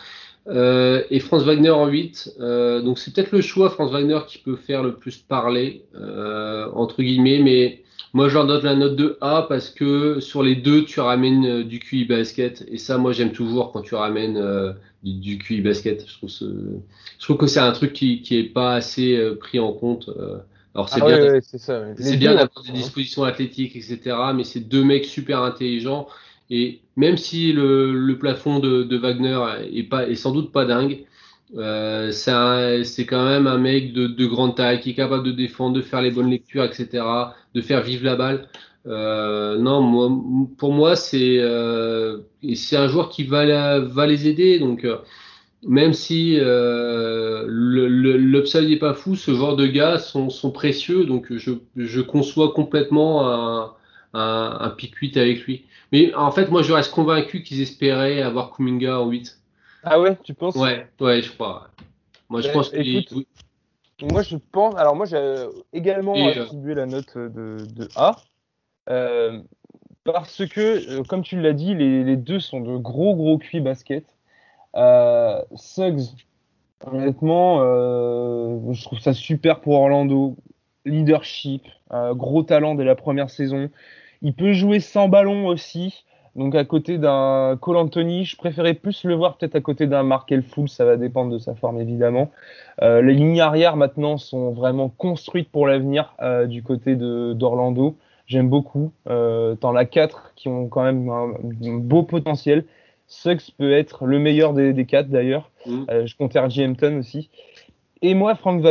Et Franz Wagner en 8. Donc c'est peut-être le choix Franz Wagner qui peut faire le plus parler, entre guillemets, mais moi je leur donne la note de A parce que sur les deux, tu ramènes du QI basket. Et ça, moi j'aime toujours quand tu ramènes du QI basket. Je trouve que c'est un truc qui est pas assez pris en compte. Alors c'est bien, Ouais, c'est ça. Les c'est bien deux, d'avoir des dispositions athlétiques, etc. Mais c'est deux mecs super intelligents. Et même si le plafond de Wagner est sans doute pas dingue, c'est quand même un mec de grande taille qui est capable de défendre, de faire les bonnes lectures, etc., de faire vivre la balle. Non, pour moi, et c'est un joueur qui va les aider. Donc, même si l'upside n'est pas fou, ce genre de gars sont précieux. Donc, je conçois complètement un pick 8 avec lui. Mais en fait, moi, je reste convaincu qu'ils espéraient avoir Kuminga en 8. Ah ouais, tu penses? Ouais, je crois. Moi, je Ben, pense qu'il. écoute, moi je pense. Alors moi j'ai également Et, attribué la note de A. euh, Parce que, comme tu l'as dit, les deux sont de gros QI basket. Suggs, honnêtement, je trouve ça super pour Orlando. Leadership, gros talent dès la première saison. Il peut jouer sans ballon aussi. Donc à côté d'un Cole Anthony, je préférais plus le voir peut-être à côté d'un Markel Fultz, ça va dépendre de sa forme évidemment. Les lignes arrière maintenant sont vraiment construites pour l'avenir du côté d'Orlando. J'aime beaucoup. T'en as quatre qui ont quand même un beau potentiel. Suggs peut être le meilleur des quatre d'ailleurs. Je comptais RJ Hampton aussi. Et moi,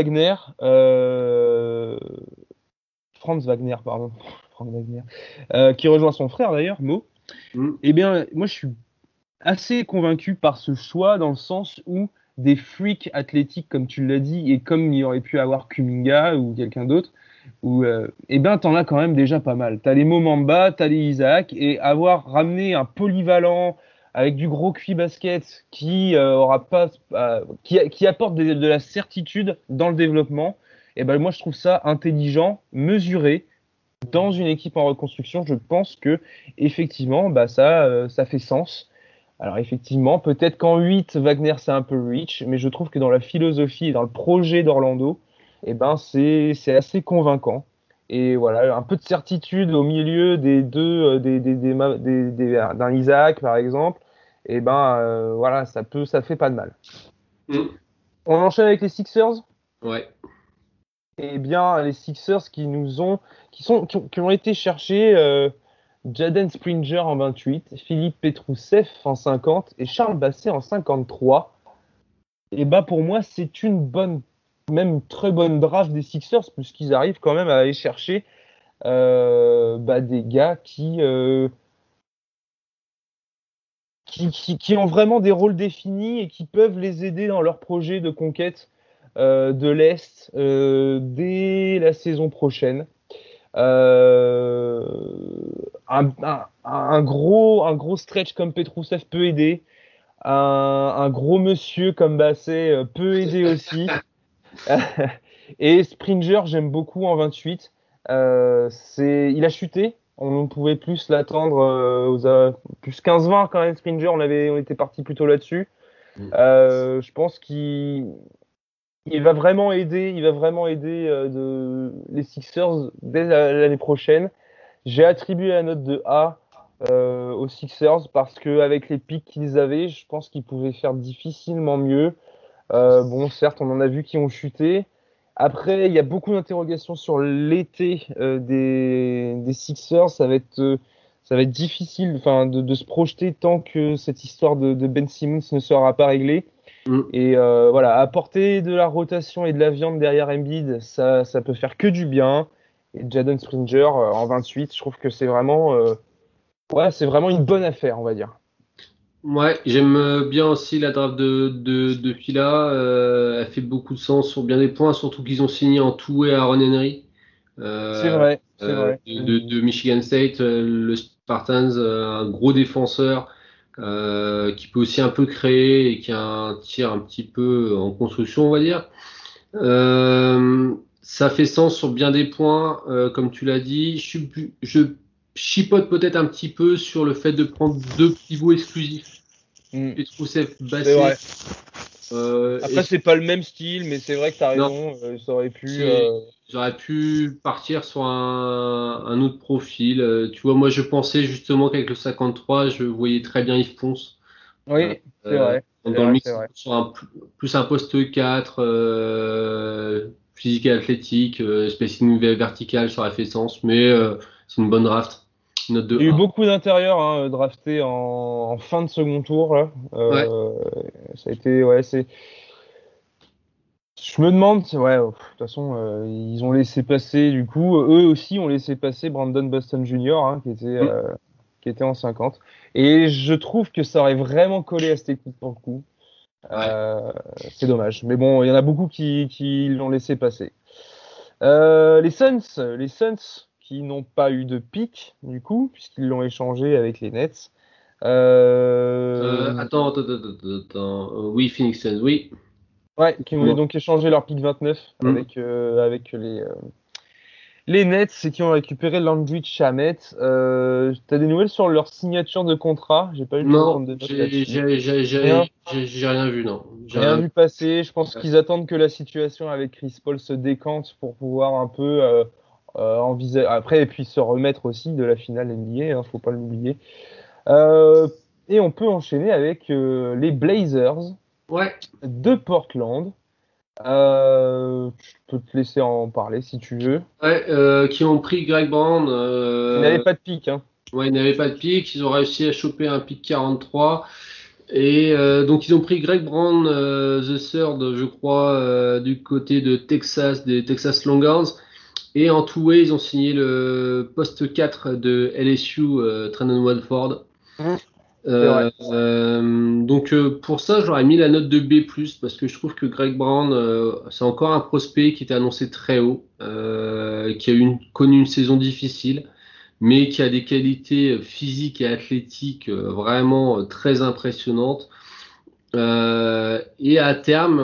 Franz Wagner, pardon, Franz Wagner, qui rejoint son frère d'ailleurs, Mo. mm, Eh bien, moi, je suis assez convaincu par ce choix dans le sens où des freaks athlétiques, comme tu l'as dit, et comme il y aurait pu avoir Kuminga ou quelqu'un d'autre, eh ben, t'en as quand même déjà pas mal. T'as les Momamba, t'as les Isaac, et avoir ramené un polyvalent avec du gros QI basket qui aura pas, qui apporte de la certitude dans le développement, et ben moi je trouve ça intelligent, mesuré. Dans une équipe en reconstruction, je pense que effectivement, bah ça fait sens. Alors effectivement, peut-être qu'en 8, Wagner c'est un peu reach, mais je trouve que dans la philosophie et dans le projet d'Orlando, eh ben c'est assez convaincant. Et voilà, un peu de certitude au milieu des deux, d'un Isaac par exemple, et ben voilà, ça fait pas de mal. mm, On enchaîne avec les Sixers. ouais. Eh bien, les Sixers qui ont été chercher Jaden Springer en 28, Philippe Petrousev en 50 et Charles Basset en 53. Et bah pour moi, c'est une bonne, même très bonne draft des Sixers puisqu'ils arrivent quand même à aller chercher des gars qui ont vraiment des rôles définis et qui peuvent les aider dans leur projet de conquête de l'Est dès la saison prochaine. Euh, un gros stretch comme Petrousev peut aider. Un gros monsieur comme Basset peut aider aussi. Et Springer, j'aime beaucoup en 28. Il a chuté. On pouvait plus l'attendre plus 15-20 quand même. Springer, on était parti plutôt là-dessus. Je pense qu'il va vraiment aider. Il va vraiment aider les Sixers dès l'année prochaine. J'ai attribué la note de A aux Sixers parce que avec les pics qu'ils avaient, je pense qu'ils pouvaient faire difficilement mieux. Bon, certes, on en a vu qui ont chuté. Après, il y a beaucoup d'interrogations sur l'été des Sixers. Ça va être difficile, enfin, de se projeter tant que cette histoire de Ben Simmons ne sera pas réglée. Mm. Et voilà, apporter de la rotation et de la viande derrière Embiid, ça peut faire que du bien. Et Jaden Springer en 28, je trouve que c'est vraiment une bonne affaire, on va dire. Ouais, j'aime bien aussi la draft de Fila. Elle fait beaucoup de sens sur bien des points, surtout qu'ils ont signé en tout et Aaron Henry C'est euh, vrai, c'est vrai. de Michigan State, le Spartans, un gros défenseur qui peut aussi un peu créer et qui a un tir un petit peu en construction, on va dire. Ça fait sens sur bien des points, comme tu l'as dit. Je chipote peut-être un petit peu sur le fait de prendre deux pivots exclusifs. Mm, Petrousev, c'est vrai. Basset. Après, c'est pas le même style, mais c'est vrai que t'as Non, raison, ça aurait pu. j'aurais pu partir sur un autre profil. Tu vois, moi, je pensais justement qu'avec le 53, je voyais très bien Yves Ponce. Euh, Oui, c'est euh, vrai, c'est dans le vrai, c'est mix, vrai. sur plus un poste 4, physique et athlétique, spacing vertical sur la fessence, mais c'est une bonne draft. Note Il de y a eu A. beaucoup d'intérieurs draftés en fin de second tour là. Ouais. Ça a été, ouais, c'est. Je me demande, ouais, de toute façon, ils ont laissé passer, du coup, eux aussi ont laissé passer Brandon Boston Jr., Mm. qui était en 50. Et je trouve que ça aurait vraiment collé à cette équipe pour le coup. Ouais. Euh, c'est dommage. Mais bon, il y en a beaucoup qui l'ont laissé passer. Les Suns qui n'ont pas eu de pic, du coup, puisqu'ils l'ont échangé avec les Nets. Euh, Attends. Oui, Phoenix Suns, oui. ouais, qui ont Bon. donc échangé leur pic 29 Mm. avec les Nets, c'est qui ont récupéré Landry Shamet. T'as des nouvelles sur leur signature de contrat? J'ai pas eu le temps de Non, prendre de notes là-dessus. Rien, j'ai rien vu, non. J'ai rien rien vu passer. Je pense vu. qu'ils attendent que la situation avec Chris Paul se décante pour pouvoir un peu envisager. Après, et puis se remettre aussi de la finale NBA, faut pas l'oublier. Euh, et on peut enchaîner avec les Blazers Ouais, de Portland. Je peux te laisser en parler si tu veux. ouais, qui ont pris Greg Brown. Ils n'avaient pas de pic, hein. Ouais, ils n'avaient pas de pick. Ils ont réussi à choper un pick 43. Et donc, ils ont pris Greg Brown, the third, je crois, du côté de Texas, des Texas Longhorns. Et en two-way, ils ont signé le poste 4 de LSU, Trendon Watford. Mm. C'est vrai. Donc pour ça, j'aurais mis la note de B+, parce que je trouve que Greg Brown, c'est encore un prospect qui était annoncé très haut, qui a connu une saison difficile, mais qui a des qualités physiques et athlétiques vraiment très impressionnantes. Et à terme,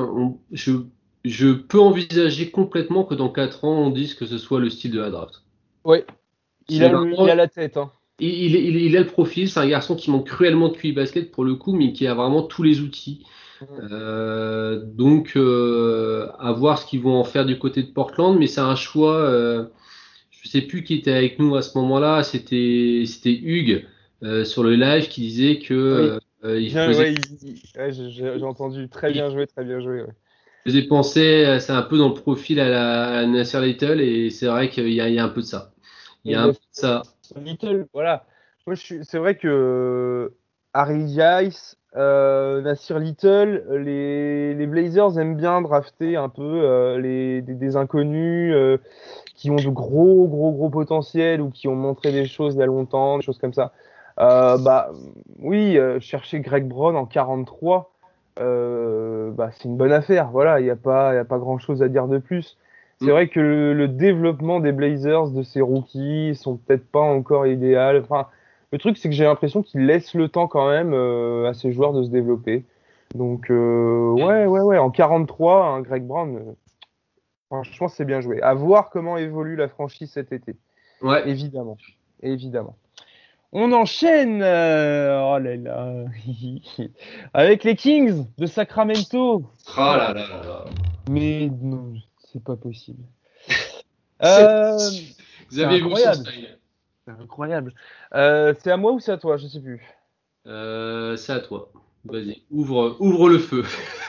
je peux envisager complètement que dans 4 ans, on dise que ce soit le style de la draft. Oui, C'est il vraiment a la tête, hein. il a le profil, c'est un garçon qui manque cruellement de QI basket pour le coup, mais qui a vraiment tous les outils. Mm. Donc, à voir ce qu'ils vont en faire du côté de Portland, mais c'est un choix. Je sais plus qui était avec nous à ce moment-là. C'était Hugues sur le live qui disait que Oui, il bien, faisait ouais, ouais, j'ai entendu. Très il bien joué, très bien joué. Ouais. faisait penser, c'est un peu dans le profil à Nasser Little, et c'est vrai qu'il y a un peu de ça. Il y Et a un peu de ça. Little, voilà. Moi, c'est vrai que Harry Giles, Nasir Little, les Blazers aiment bien drafter un peu des inconnus qui ont de gros potentiel ou qui ont montré des choses il y a longtemps, des choses comme ça. Bah oui, chercher Greg Brown en 43, bah c'est une bonne affaire. Voilà, il y a pas grand-chose à dire de plus. C'est Mm. vrai que le développement des Blazers, de ces rookies, sont peut-être pas encore idéal. Enfin, le truc, c'est que j'ai l'impression qu'ils laissent le temps quand même à ces joueurs de se développer. Donc, ouais. En 43, un Greg Brown, franchement, c'est bien joué. À voir comment évolue la franchise cet été. Ouais. Évidemment. Évidemment. On enchaîne oh là là, avec les Kings de Sacramento. Ah Oh là là là là là. mais non, c'est pas possible. C'est- Euh, Vous c'est avez vu son incroyable. style. C'est incroyable. C'est à moi ou c'est à toi? Je sais plus. C'est à toi. Vas-y, ouvre le feu.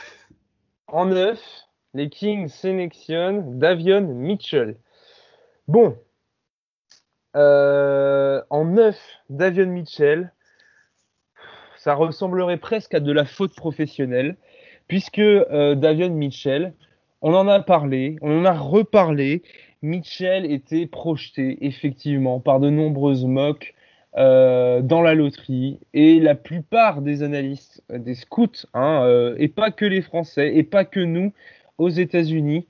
En neuf, les Kings sélectionnent Davion Mitchell. Bon, en neuf, Davion Mitchell, ça ressemblerait presque à de la faute professionnelle, puisque Davion Mitchell, on en a parlé, on en a reparlé. Mitchell était projeté effectivement par de nombreuses mocks dans la loterie, et la plupart des analystes, des scouts, et pas que les Français, et pas que nous aux États-Unis,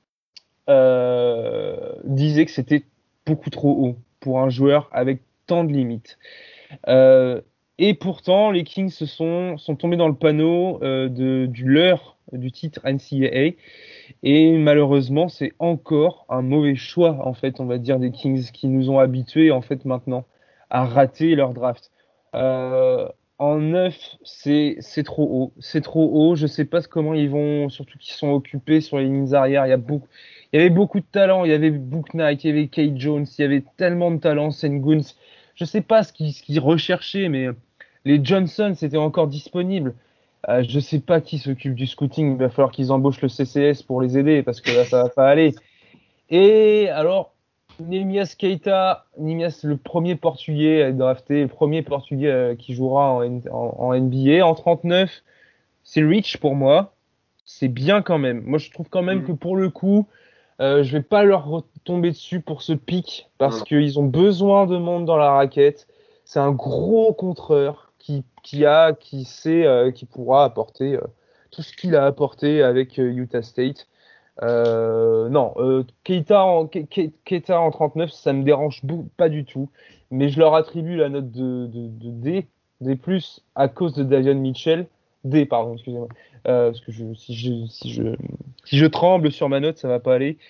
disaient que c'était beaucoup trop haut pour un joueur avec tant de limites. Euh, et pourtant, les Kings sont tombés dans le panneau du leurre du titre NCAA. Et malheureusement, c'est encore un mauvais choix, en fait, on va dire, des Kings qui nous ont habitués, en fait, maintenant, à rater leur draft. Euh, En 9, c'est trop haut. C'est trop haut. Je sais pas comment ils vont, surtout qu'ils sont occupés sur les lignes arrière. Il y avait beaucoup de talent. Il y avait Book Knight, il y avait Kate Jones, il y avait tellement de talent. Senguns. Je sais pas ce qu'ils recherchaient, mais les Johnson, c'était encore disponible. Je sais pas qui s'occupe du scouting. Il va falloir qu'ils embauchent le CCS pour les aider parce que là, ça va pas aller. Et alors, Nemias, le premier Portugais à être drafté, le premier Portugais qui jouera en NBA. En 39, c'est rich pour moi. C'est bien quand même. Moi, je trouve quand même que pour le coup, je vais pas leur retomber dessus pour ce pic parce qu'ils ont besoin de monde dans la raquette. C'est un gros contreur qui sait, qui pourra apporter tout ce qu'il a apporté avec Utah State. Non, Keita en 39, ça me dérange pas du tout, mais je leur attribue la note de D+, à cause de Davion Mitchell. D, pardon, excusez-moi. Parce que si je tremble sur ma note, ça va pas aller.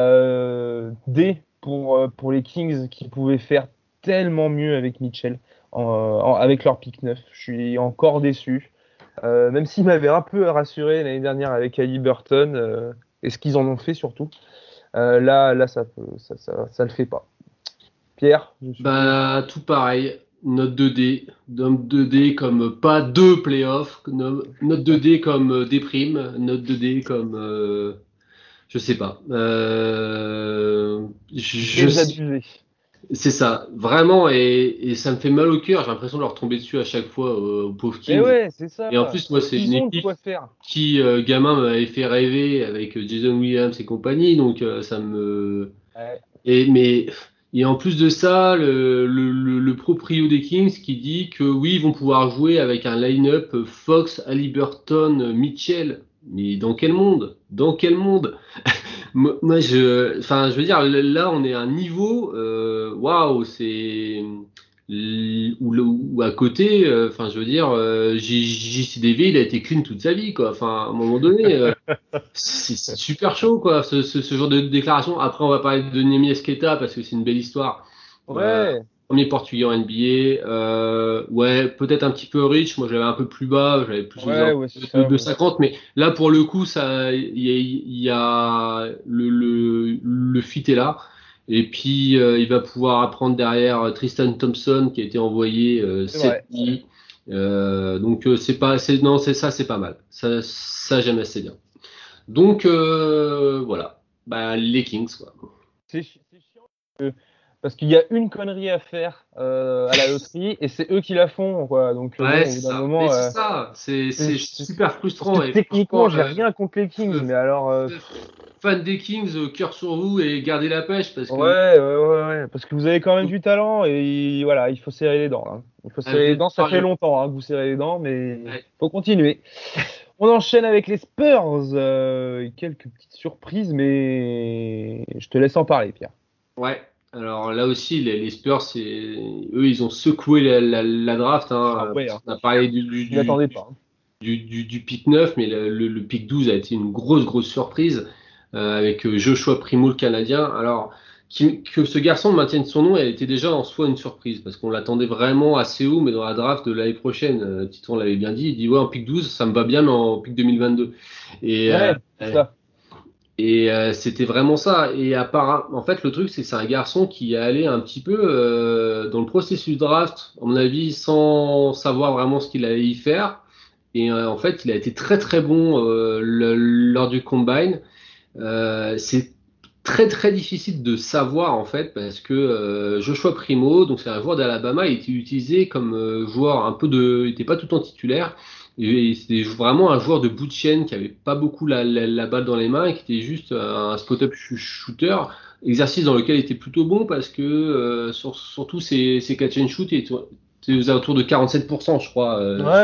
D pour les Kings qui pouvaient faire tellement mieux avec Mitchell, avec leur pick 9. Je suis encore déçu. Même s'ils m'avaient un peu rassuré l'année dernière avec Haliburton, et ce qu'ils en ont fait surtout. Là, ça le fait pas. Pierre, tout pareil. Note 2D. Note 2D comme pas 2 playoffs. Note 2D comme déprime. Note 2D comme je sais pas. C'est ça, vraiment, et ça me fait mal au cœur. J'ai l'impression de leur tomber dessus à chaque fois aux pauvres Kings. Et ouais, c'est ça. Et en plus, moi, c'est une équipe qui, gamin, m'avait fait rêver avec Jason Williams et compagnie, donc ça me. Ouais. Et en plus de ça, le proprio des Kings qui dit que oui, ils vont pouvoir jouer avec un line-up Fox, Haliburton, Mitchell. Mais dans quel monde? Dans quel monde? Moi, je veux dire, là, on est à un niveau, waouh, c'est ou à côté, enfin, je veux dire, JCDV, il a été clean toute sa vie, quoi. Enfin, à un moment donné, c'est super chaud, quoi, ce genre de déclaration. Après, on va parler de Nemi Esqueta parce que c'est une belle histoire. Ouais. Premier Portugais en NBA, ouais, peut-être un petit peu rich. Moi, j'avais un peu plus bas, j'avais plus de 50, mais là, pour le coup, ça, il y a le fit est là. Et puis, il va pouvoir apprendre derrière Tristan Thompson qui a été envoyé cette nuit. Donc, c'est pas mal. Ça j'aime assez bien. Donc, voilà. Bah, les Kings, quoi. C'est chiant. Parce qu'il y a une connerie à faire à la loterie et c'est eux qui la font, quoi. Donc, ouais, c'est ça. Moment, c'est ça. C'est super frustrant. Et techniquement, j'ai rien contre les Kings, mais alors. Fan des Kings, cœur sur vous et gardez la pêche parce que. Ouais. Parce que vous avez quand même du talent et voilà, il faut serrer les dents. Hein. Il faut serrer les dents. Ça fait longtemps que vous serrez les dents, mais il faut continuer. On enchaîne avec les Spurs. Quelques petites surprises, mais je te laisse en parler, Pierre. Ouais. Alors là aussi, les Spurs, eux, ils ont secoué la draft. Hein. On a parlé du pick 9, mais le pick 12 a été une grosse surprise avec Joshua Primo, le Canadien. Alors, que ce garçon maintienne son nom, elle était déjà en soi une surprise parce qu'on l'attendait vraiment assez haut, mais dans la draft de l'année prochaine, Titouan l'avait bien dit, il dit ouais, en pick 12, ça me va bien, mais en pick 2022. Et c'est ça. Et c'était vraiment ça. Et en fait, le truc, c'est que c'est un garçon qui est allé un petit peu dans le processus draft, à mon avis, sans savoir vraiment ce qu'il allait y faire. Et en fait, il a été très bon lors du combine. C'est très difficile de savoir en fait parce que Joshua Primo, donc c'est un joueur d'Alabama, il était utilisé comme joueur un peu il était pas tout le temps titulaire. Et c'était vraiment un joueur de bout de chaîne qui avait pas beaucoup la balle dans les mains et qui était juste un spot-up shooter, exercice dans lequel il était plutôt bon parce que surtout ses catch and shoot, il était aux alentours de 47%, je crois.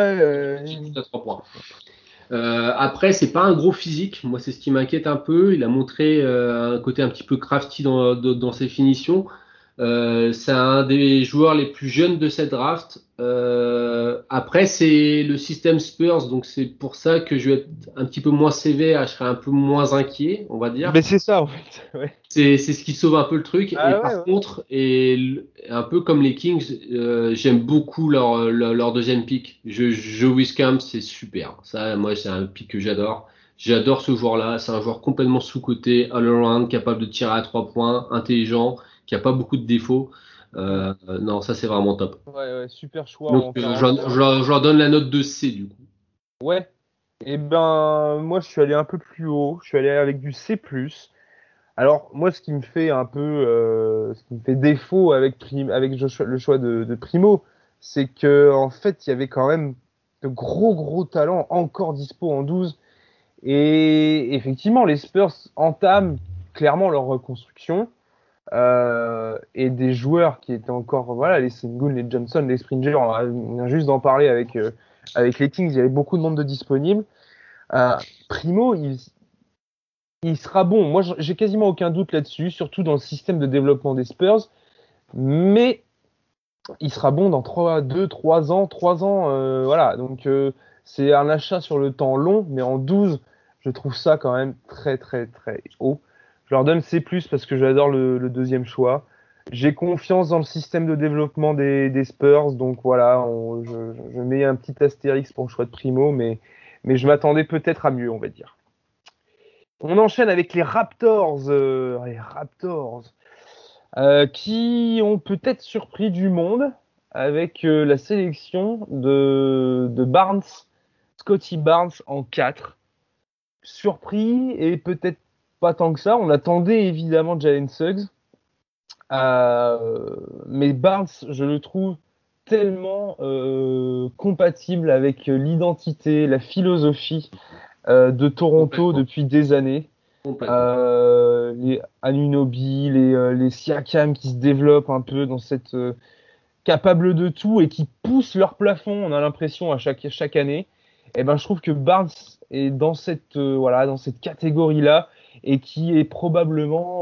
À 3 points. Après, c'est pas un gros physique. Moi, c'est ce qui m'inquiète un peu. Il a montré un côté un petit peu crafty dans ses finitions. C'est un des joueurs les plus jeunes de cette draft. Après, c'est le système Spurs, donc c'est pour ça que je vais être un petit peu moins sévère, je serai un peu moins inquiet, on va dire. Mais c'est ça, en fait. Ouais. C'est ce qui sauve un peu le truc. Et Ah ouais, par ouais. contre, un peu comme les Kings, j'aime beaucoup leur deuxième pick. Joe Wiskam, c'est super. Ça, moi, c'est un pick que j'adore. J'adore ce joueur-là. C'est un joueur complètement sous-coté, all-around, capable de tirer à 3 points, intelligent, qui a pas beaucoup de défauts. Mm. Non, ça, c'est vraiment top. Ouais, ouais, super choix Donc, en je leur donne la note de C, du coup. Ouais. Et ben, moi, je suis allé un peu plus haut. Je suis allé avec du C+. Alors, moi, ce qui me fait un peu, ce qui me fait défaut avec le choix de Primo, c'est que, en fait, il y avait quand même de gros talents encore dispo en 12. Et effectivement, les Spurs entament clairement leur reconstruction. Et des joueurs qui étaient encore, voilà, les Sengun, les Johnson, les Springer, on vient juste d'en parler avec les Kings, il y avait beaucoup de monde de disponibles. Euh, Primo, il sera bon. Moi, j'ai quasiment aucun doute là-dessus, surtout dans le système de développement des Spurs. Mais il sera bon dans 2, 3 ans, 3 ans. Voilà. Donc, c'est un achat sur le temps long, mais en 12, je trouve ça quand même très haut. Je leur donne C+, parce que j'adore le deuxième choix. J'ai confiance dans le système de développement des Spurs. Donc, voilà, je mets un petit astérix pour le choix de Primo, mais je m'attendais peut-être à mieux, on va dire. On enchaîne avec les Raptors. Qui ont peut-être surpris du monde avec la sélection de Barnes, Scotty Barnes en 4. Surpris et peut-être pas tant que ça. On attendait évidemment Jalen Suggs. Mais Barnes, je le trouve tellement compatible avec l'identité, la philosophie de Toronto Complètement. depuis des années. Complètement. Les Anunoby, les Siakam qui se développent un peu dans cette capable de tout et qui poussent leur plafond, on a l'impression à chaque année. Et ben je trouve que Barnes est dans cette voilà dans cette catégorie-là et qui est probablement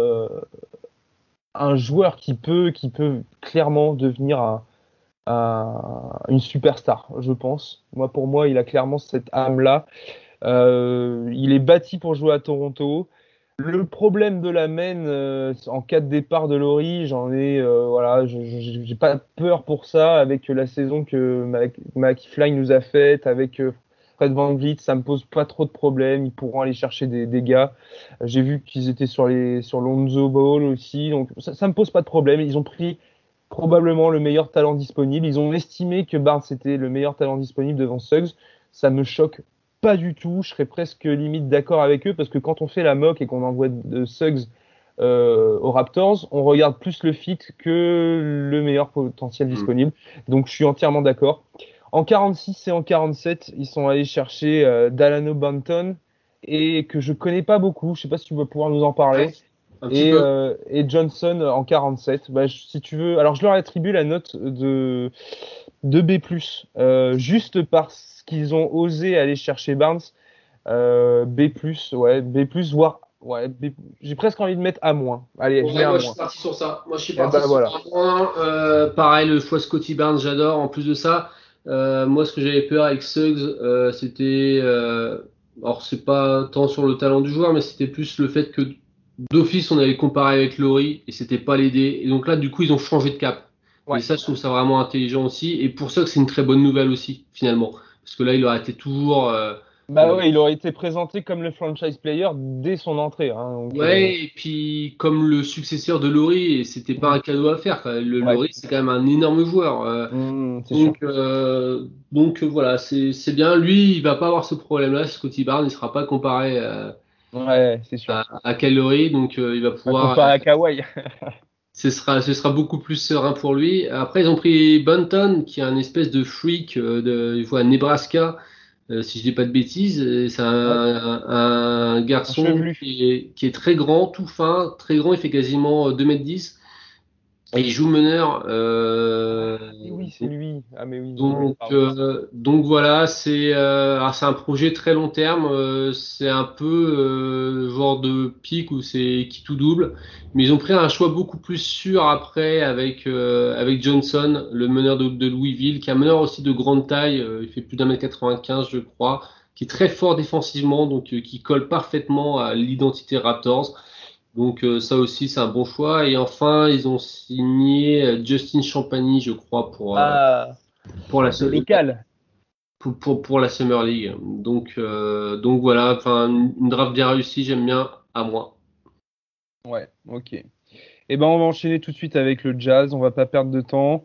un joueur qui peut clairement devenir une superstar, je pense. Moi pour moi, il a clairement cette âme-là. Il est bâti pour jouer à Toronto. Le problème de la main en cas de départ de Laurie, voilà, j'ai pas peur pour ça avec la saison que McFly nous a faite, avec Fred VanVleet, ça me pose pas trop de problèmes. Ils pourront aller chercher des gars. J'ai vu qu'ils étaient sur Lonzo Ball aussi, donc ça me pose pas de problème. Ils ont pris probablement le meilleur talent disponible. Ils ont estimé que Barnes était le meilleur talent disponible devant Suggs. Ça me choque pas du tout. Je serais presque limite d'accord avec eux parce que quand on fait la mock et qu'on envoie de Suggs aux Raptors, on regarde plus le fit que le meilleur potentiel disponible. Donc je suis entièrement d'accord. En 46 et en 47, ils sont allés chercher Dalano Banton et que je connais pas beaucoup. Je sais pas si tu vas pouvoir nous en parler. Ouais, un petit peu. Et Johnson en 47. Bah, si tu veux, alors je leur attribue la note de B+, juste parce qu'ils ont osé aller chercher Barnes. B+, ouais, B+, voire, ouais, j'ai presque envie de mettre A-. Allez, je mets Ouais, A-. moi je suis parti sur ça. Moi je suis Et parti bah sur voilà. un point. Pareil, le choix Scotty Barnes, j'adore. En plus de ça, moi ce que j'avais peur avec Suggs, c'était. Alors c'est pas tant sur le talent du joueur, mais c'était plus le fait que d'office on avait comparé avec Laurie et c'était pas l'aider. Et donc là, du coup, ils ont changé de cap. Et Ouais. ça, je trouve ça vraiment intelligent aussi. Et pour ça que c'est une très bonne nouvelle aussi, finalement. Parce que là, il aurait été toujours. Bah Euh, ouais, il aurait été présenté comme le franchise player dès son entrée. Hein, donc, Ouais, et puis comme le successeur de Laurie, et c'était pas un cadeau à faire, quoi. Le ouais, Laurie, c'est quand même un énorme joueur. c'est sûr. Donc voilà, c'est bien. Lui, il va pas avoir ce problème-là. Scotty Barnes, il sera pas comparé Ouais, c'est sûr. à Kyle Lowry, donc il va Pas pouvoir. comparé à Kawhi. Ce sera beaucoup plus serein pour lui. Après, ils ont pris Bunton, qui est un espèce de freak il joue à Nebraska, si je dis pas de bêtises. Et c'est Ouais, un un garçon chevelu. qui est très grand, tout fin, très grand. Il fait quasiment 2 m 10. Et il joue meneur. Et oui, c'est lui. Ah, mais oui, pardon. Donc voilà, c'est un projet très long terme. C'est un peu genre de pic où c'est qui tout double. Mais ils ont pris un choix beaucoup plus sûr après avec Johnson, le meneur de Louisville, qui est un meneur aussi de grande taille. Il fait plus d'1m95, je crois, qui est très fort défensivement, donc qui colle parfaitement à l'identité Raptors. Donc ça aussi, c'est un bon choix. Et enfin, ils ont signé Justin Champagny, je crois, Ah, pour la, le local. pour la Summer League. Donc voilà, enfin, une draft bien réussie, j'aime bien, à moi. Ouais, ok. Eh ben, on va enchaîner tout de suite avec le Jazz. On va pas perdre de temps.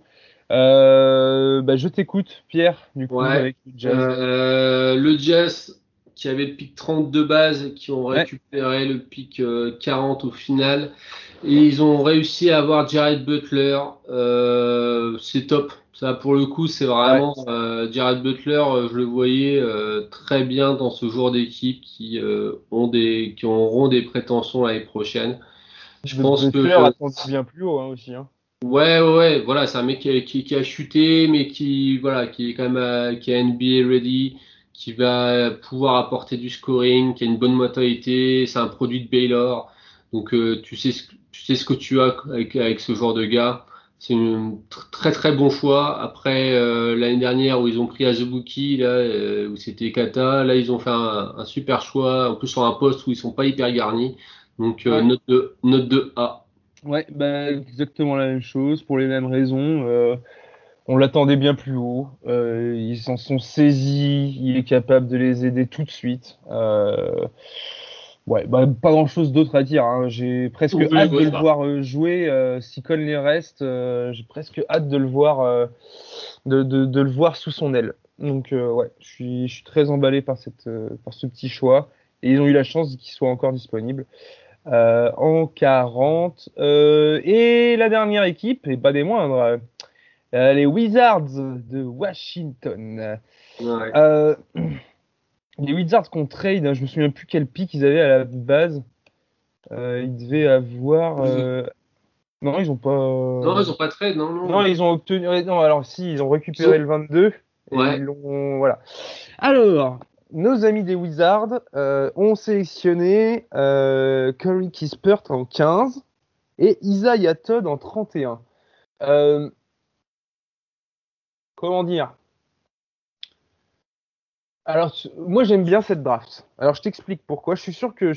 Bah, je t'écoute, Pierre, du coup, Ouais. avec le Jazz. Le Jazz, qui avait le pick 30 de base, qui ont Ouais, récupéré le pick 40 au final. Et ils ont réussi à avoir Jared Butler. C'est top. Ça, pour le coup, c'est ouais. vraiment Jared Butler. Je le voyais très bien dans ce genre d'équipe qui auront des prétentions l'année prochaine. Je De pense Butler que attendu bien plus haut hein, aussi. Hein. ouais, voilà, c'est un mec qui a chuté, mais voilà, qui est quand même qui est NBA ready, qui va pouvoir apporter du scoring, qui a une bonne mobilité. C'est un produit de Baylor, donc tu sais ce que tu as avec ce genre de gars. C'est un très très bon choix. Après l'année dernière où ils ont pris Azubuike, là où c'était Kata, là ils ont fait un super choix, en plus sur un poste où ils sont pas hyper garnis. Donc Ouais. note de A. Ouais, bah, exactement la même chose, pour les mêmes raisons. On l'attendait bien plus haut. Ils s'en sont saisis. Il est capable de les aider tout de suite. Ouais, bah, pas grand-chose d'autre à dire. Hein. J'ai presque Oui, hâte de ouais, le ça va. voir jouer. Si Conley reste, j'ai presque hâte de le voir, de le voir sous son aile. Donc ouais, je suis très emballé par par ce petit choix. Et ils ont eu la chance qu'il soit encore disponible en 40. Et la dernière équipe, et pas des moindres, les Wizards de Washington. Ouais. Euh, les Wizards qu'on trade, hein, je me souviens plus quel pick ils avaient à la base. Ils devaient avoir. Non, ils ont pas. Non, ils ont pas de trade, non, Non, non. ils ont obtenu. Non, alors si, ils ont Ils récupéré ont... le 22 et ils Ouais. l'ont. Voilà. Alors, nos amis des Wizards ont sélectionné Curry Kispert en 15 et Isaiah Todd en 31. Euh, comment dire? Alors, moi j'aime bien cette draft. Alors je t'explique pourquoi. Je suis sûr que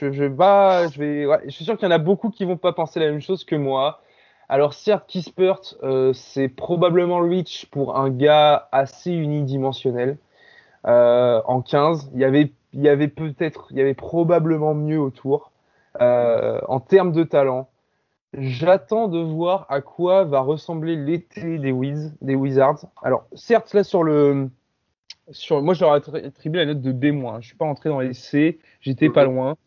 je suis sûr qu'il y en a beaucoup qui vont pas penser la même chose que moi. Alors certes, Kispert, c'est probablement reach pour un gars assez unidimensionnel. En 15, il y avait probablement mieux autour. En termes de talent, j'attends de voir à quoi va ressembler l'été des Wizards. Alors certes, là moi, je leur ai attribué la note de B-. Je suis pas rentré dans les C, j'étais pas Mhm. loin.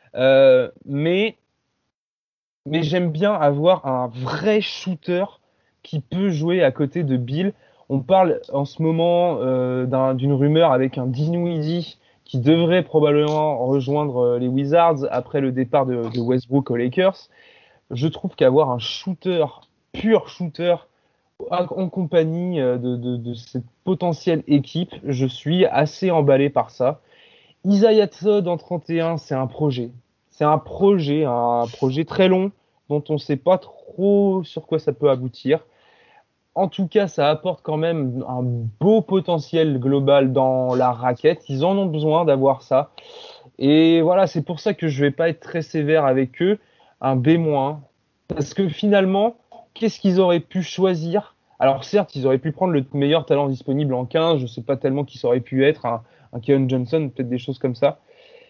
Mais j'aime bien avoir un vrai shooter qui peut jouer à côté de Bill. On parle en ce moment d'une rumeur avec un Dinwiddie qui devrait probablement rejoindre les Wizards après le départ de Westbrook aux Lakers. Je trouve qu'avoir un shooter, pur shooter, en compagnie de cette potentielle équipe, je suis assez emballé par ça. Isaiah Todd en 31, c'est un projet. C'est un projet très long dont on ne sait pas trop sur quoi ça peut aboutir. En tout cas, ça apporte quand même un beau potentiel global dans la raquette. Ils en ont besoin d'avoir ça. Et voilà, c'est pour ça que je vais pas être très sévère avec eux. Un B-. Parce que finalement, qu'est-ce qu'ils auraient pu choisir? Alors certes, ils auraient pu prendre le meilleur talent disponible en 15. Je sais pas tellement qui ça aurait pu être. Un Keon Johnson, peut-être des choses comme ça.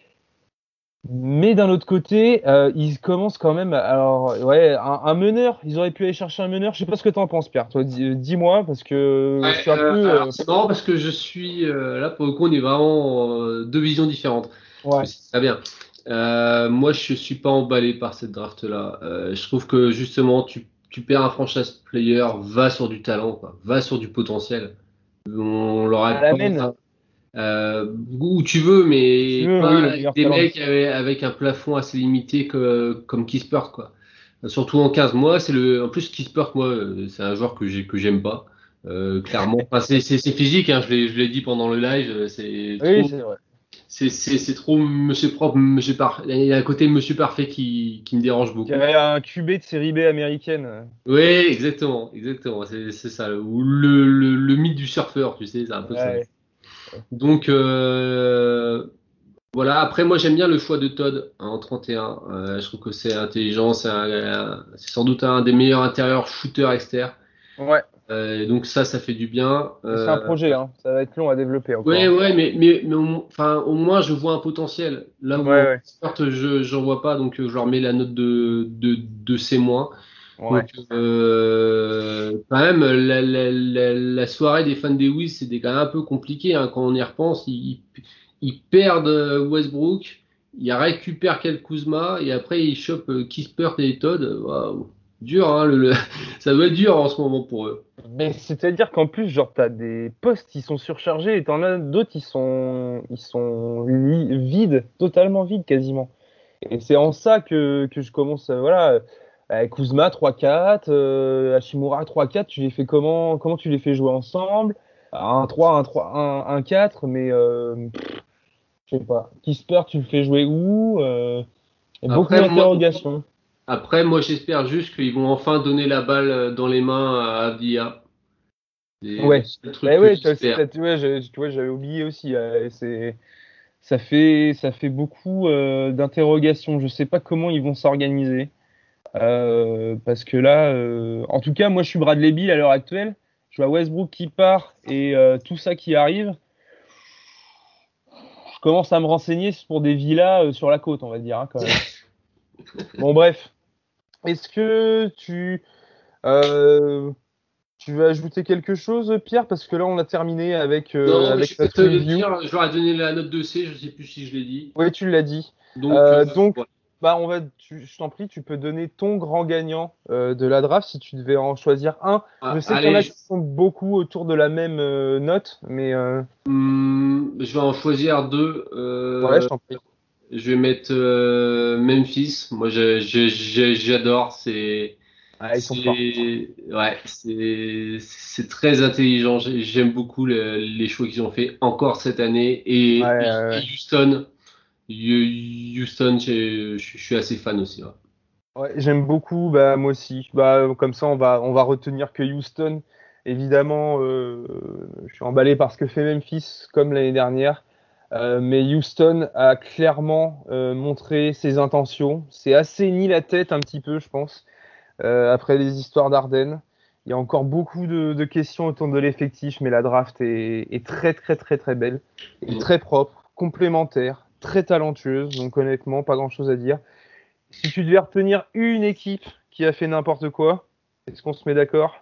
Mais d'un autre côté, ils commencent quand même. Alors, ouais, un meneur. Ils auraient pu aller chercher un meneur. Je sais pas ce que t'en penses, Pierre. Toi, dis-moi, parce que je Ouais, suis un peu. alors c'est marrant parce que je suis là pour le coup on est vraiment deux visions différentes. Mais Ouais. c'est très bien. Moi je suis pas emballé par cette draft là. Je trouve que justement tu perds un franchise player, va sur du talent quoi, va sur du potentiel. On À l'aurait la pas main, où tu veux, tu mais veux, oui, pas le avec meilleur des talent mecs disponible. avec un plafond assez limité comme Kispert quoi. Surtout en 15 mois, en plus Kispert, moi, c'est un joueur que j'aime pas. Clairement, enfin, c'est physique, hein, je l'ai dit pendant le live, c'est Oui, trop, c'est vrai. c'est trop Monsieur propre, Monsieur parfait. Il y a un côté Monsieur parfait qui me dérange Il y beaucoup. avait un QB de série B américaine. Oui, exactement, exactement, c'est ça, ou le mythe du surfeur, tu sais, c'est un peu ça. Ouais. Donc voilà. Après, moi, j'aime bien le choix de Todd hein, en 31. Je trouve que c'est intelligent, c'est sans doute un des meilleurs intérieurs shooters externes. Ouais. Donc ça fait du bien. Et c'est un projet, hein. Ça va être long à développer encore, Ouais, hein. ouais, mais enfin, au moins je vois un potentiel. Là Ouais, où en ouais. sport, j'en vois pas, donc je leur mets la note de C-. Ouais. Donc quand même, la soirée des fans des Wiz, c'était quand même un peu compliqué hein, quand on y repense. Ils perdent Westbrook, ils récupèrent Kyle Kuzma et après ils chopent Kispert et Todd. Waouh, dur, hein, ça doit être dur en ce moment pour eux. Mais c'est-à-dire qu'en plus, genre, t'as des postes qui sont surchargés et t'en as d'autres, ils sont vides, totalement vides quasiment. Et c'est en ça que je commence, voilà, Kuzma 3-4, Hashimura 3-4, tu les fais comment tu les fais jouer ensemble? Un 3, un 3, un 4, mais je sais pas. Kispert, tu le fais jouer où? Il y a beaucoup Après, moi, d'interrogations. Après, moi, j'espère juste qu'ils vont enfin donner la balle dans les mains à Avdia. C'est le Ouais. seul truc Bah que ouais, j'espère. ouais, tu vois, j'avais oublié aussi. Ça fait beaucoup d'interrogations. Je sais pas comment ils vont s'organiser. Parce que là, en tout cas, moi, je suis Bradley Beal à l'heure actuelle. Je vois Westbrook qui part et tout ça qui arrive. Je commence à me renseigner pour des villas sur la côte, on va dire, hein, quand même. Bon, bref. Est-ce que euh, tu veux ajouter quelque chose, Pierre? Parce que là, on a terminé avec, Non, mais je avec vais peut-être notre le review. dire. Je leur ai donné la note de C. Je sais plus si je l'ai dit. Oui, tu l'as dit. Donc, Donc, voilà. bah, je t'en prie, tu peux donner ton grand gagnant de la draft si tu devais en choisir un. Je sais qu'il y en Allez, a qui sont beaucoup autour de la même note, mais je vais en choisir deux. ouais, je t'en prie. Je vais mettre Memphis. Moi, j'adore. Ah, ils sont forts. Ouais, c'est très intelligent. J'aime beaucoup les choix qu'ils ont fait encore cette année. Ouais, Et ouais, Houston, Houston, je suis assez fan aussi. Ouais. ouais. Ouais, j'aime beaucoup, bah, moi aussi. Bah, comme ça, on va retenir que Houston. Évidemment, je suis emballé par ce que fait Memphis, comme l'année dernière. Mais Houston a clairement montré ses intentions. C'est assaini la tête un petit peu, je pense. Après les histoires d'Ardennes. Il y a encore beaucoup de questions autour de l'effectif, mais la draft est très très très très belle, et Mm. très propre, complémentaire, très talentueuse. Donc honnêtement, pas grand-chose à dire. Si tu devais retenir une équipe qui a fait n'importe quoi, est-ce qu'on se met d'accord?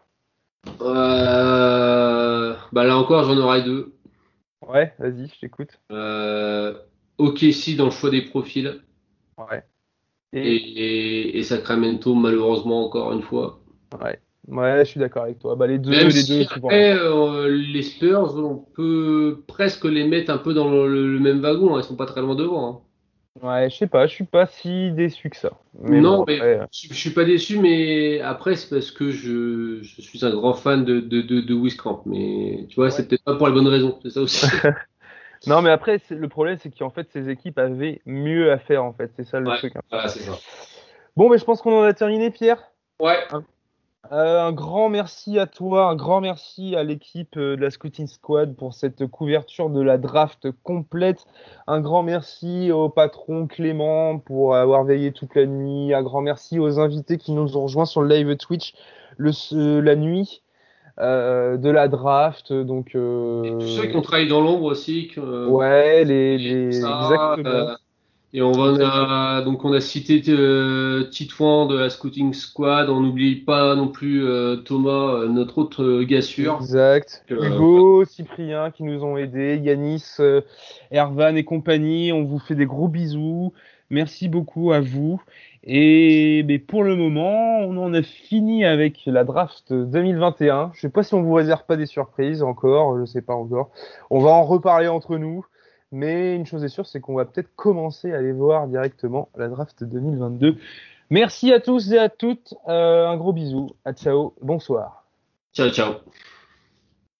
Bah là encore, j'en aurai deux. Ouais, vas-y, je t'écoute. Euh, OKC dans le choix des profils Ouais. Et et Sacramento malheureusement encore une fois. ouais, ouais, je suis d'accord avec toi. Bah les Même deux, les si deux, c'est pour moi. après les Spurs, on peut presque les mettre un peu dans le même wagon, hein. Ils sont pas très loin devant. Hein. Ouais, je sais pas, je suis pas si déçu que ça. Mais bon, Non, mais après. je suis pas déçu, mais après c'est parce que je suis un grand fan de Wiz-Khalifa. Mais tu vois, Ouais. c'est peut-être pas pour les bonnes raisons, c'est ça aussi. Non, mais après, le problème, c'est qu'en fait, ces équipes avaient mieux à faire, en fait. C'est ça le Ouais, truc, hein. voilà, c'est ça. Bon, mais je pense qu'on en a terminé, Pierre. Ouais, Un, un grand merci à toi, un grand merci à l'équipe de la Scouting Squad pour cette couverture de la draft complète. Un grand merci au patron Clément pour avoir veillé toute la nuit. Un grand merci aux invités qui nous ont rejoints sur le live Twitch la nuit de la draft. Donc, et tous ceux qui ont travaillé dans l'ombre aussi, ouais, et tout ça. exactement. Et donc on a cité Titouan de la Scouting Squad, on n'oublie pas non plus Thomas, notre autre gars sûr. Exact. Voilà. Hugo, Cyprien qui nous ont aidés, Yanis, Ervan et compagnie, on vous fait des gros bisous. Merci beaucoup à vous. Et mais pour le moment, on en a fini avec la draft 2021. Je sais pas si on vous réserve pas des surprises encore, je sais pas encore. On va en reparler entre nous. Mais une chose est sûre, c'est qu'on va peut-être commencer à aller voir directement la draft 2022. Merci à tous et à toutes. Un gros bisou. À ciao. Bonsoir. Ciao, ciao.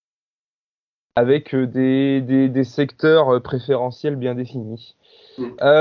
Avec des secteurs préférentiels bien définis.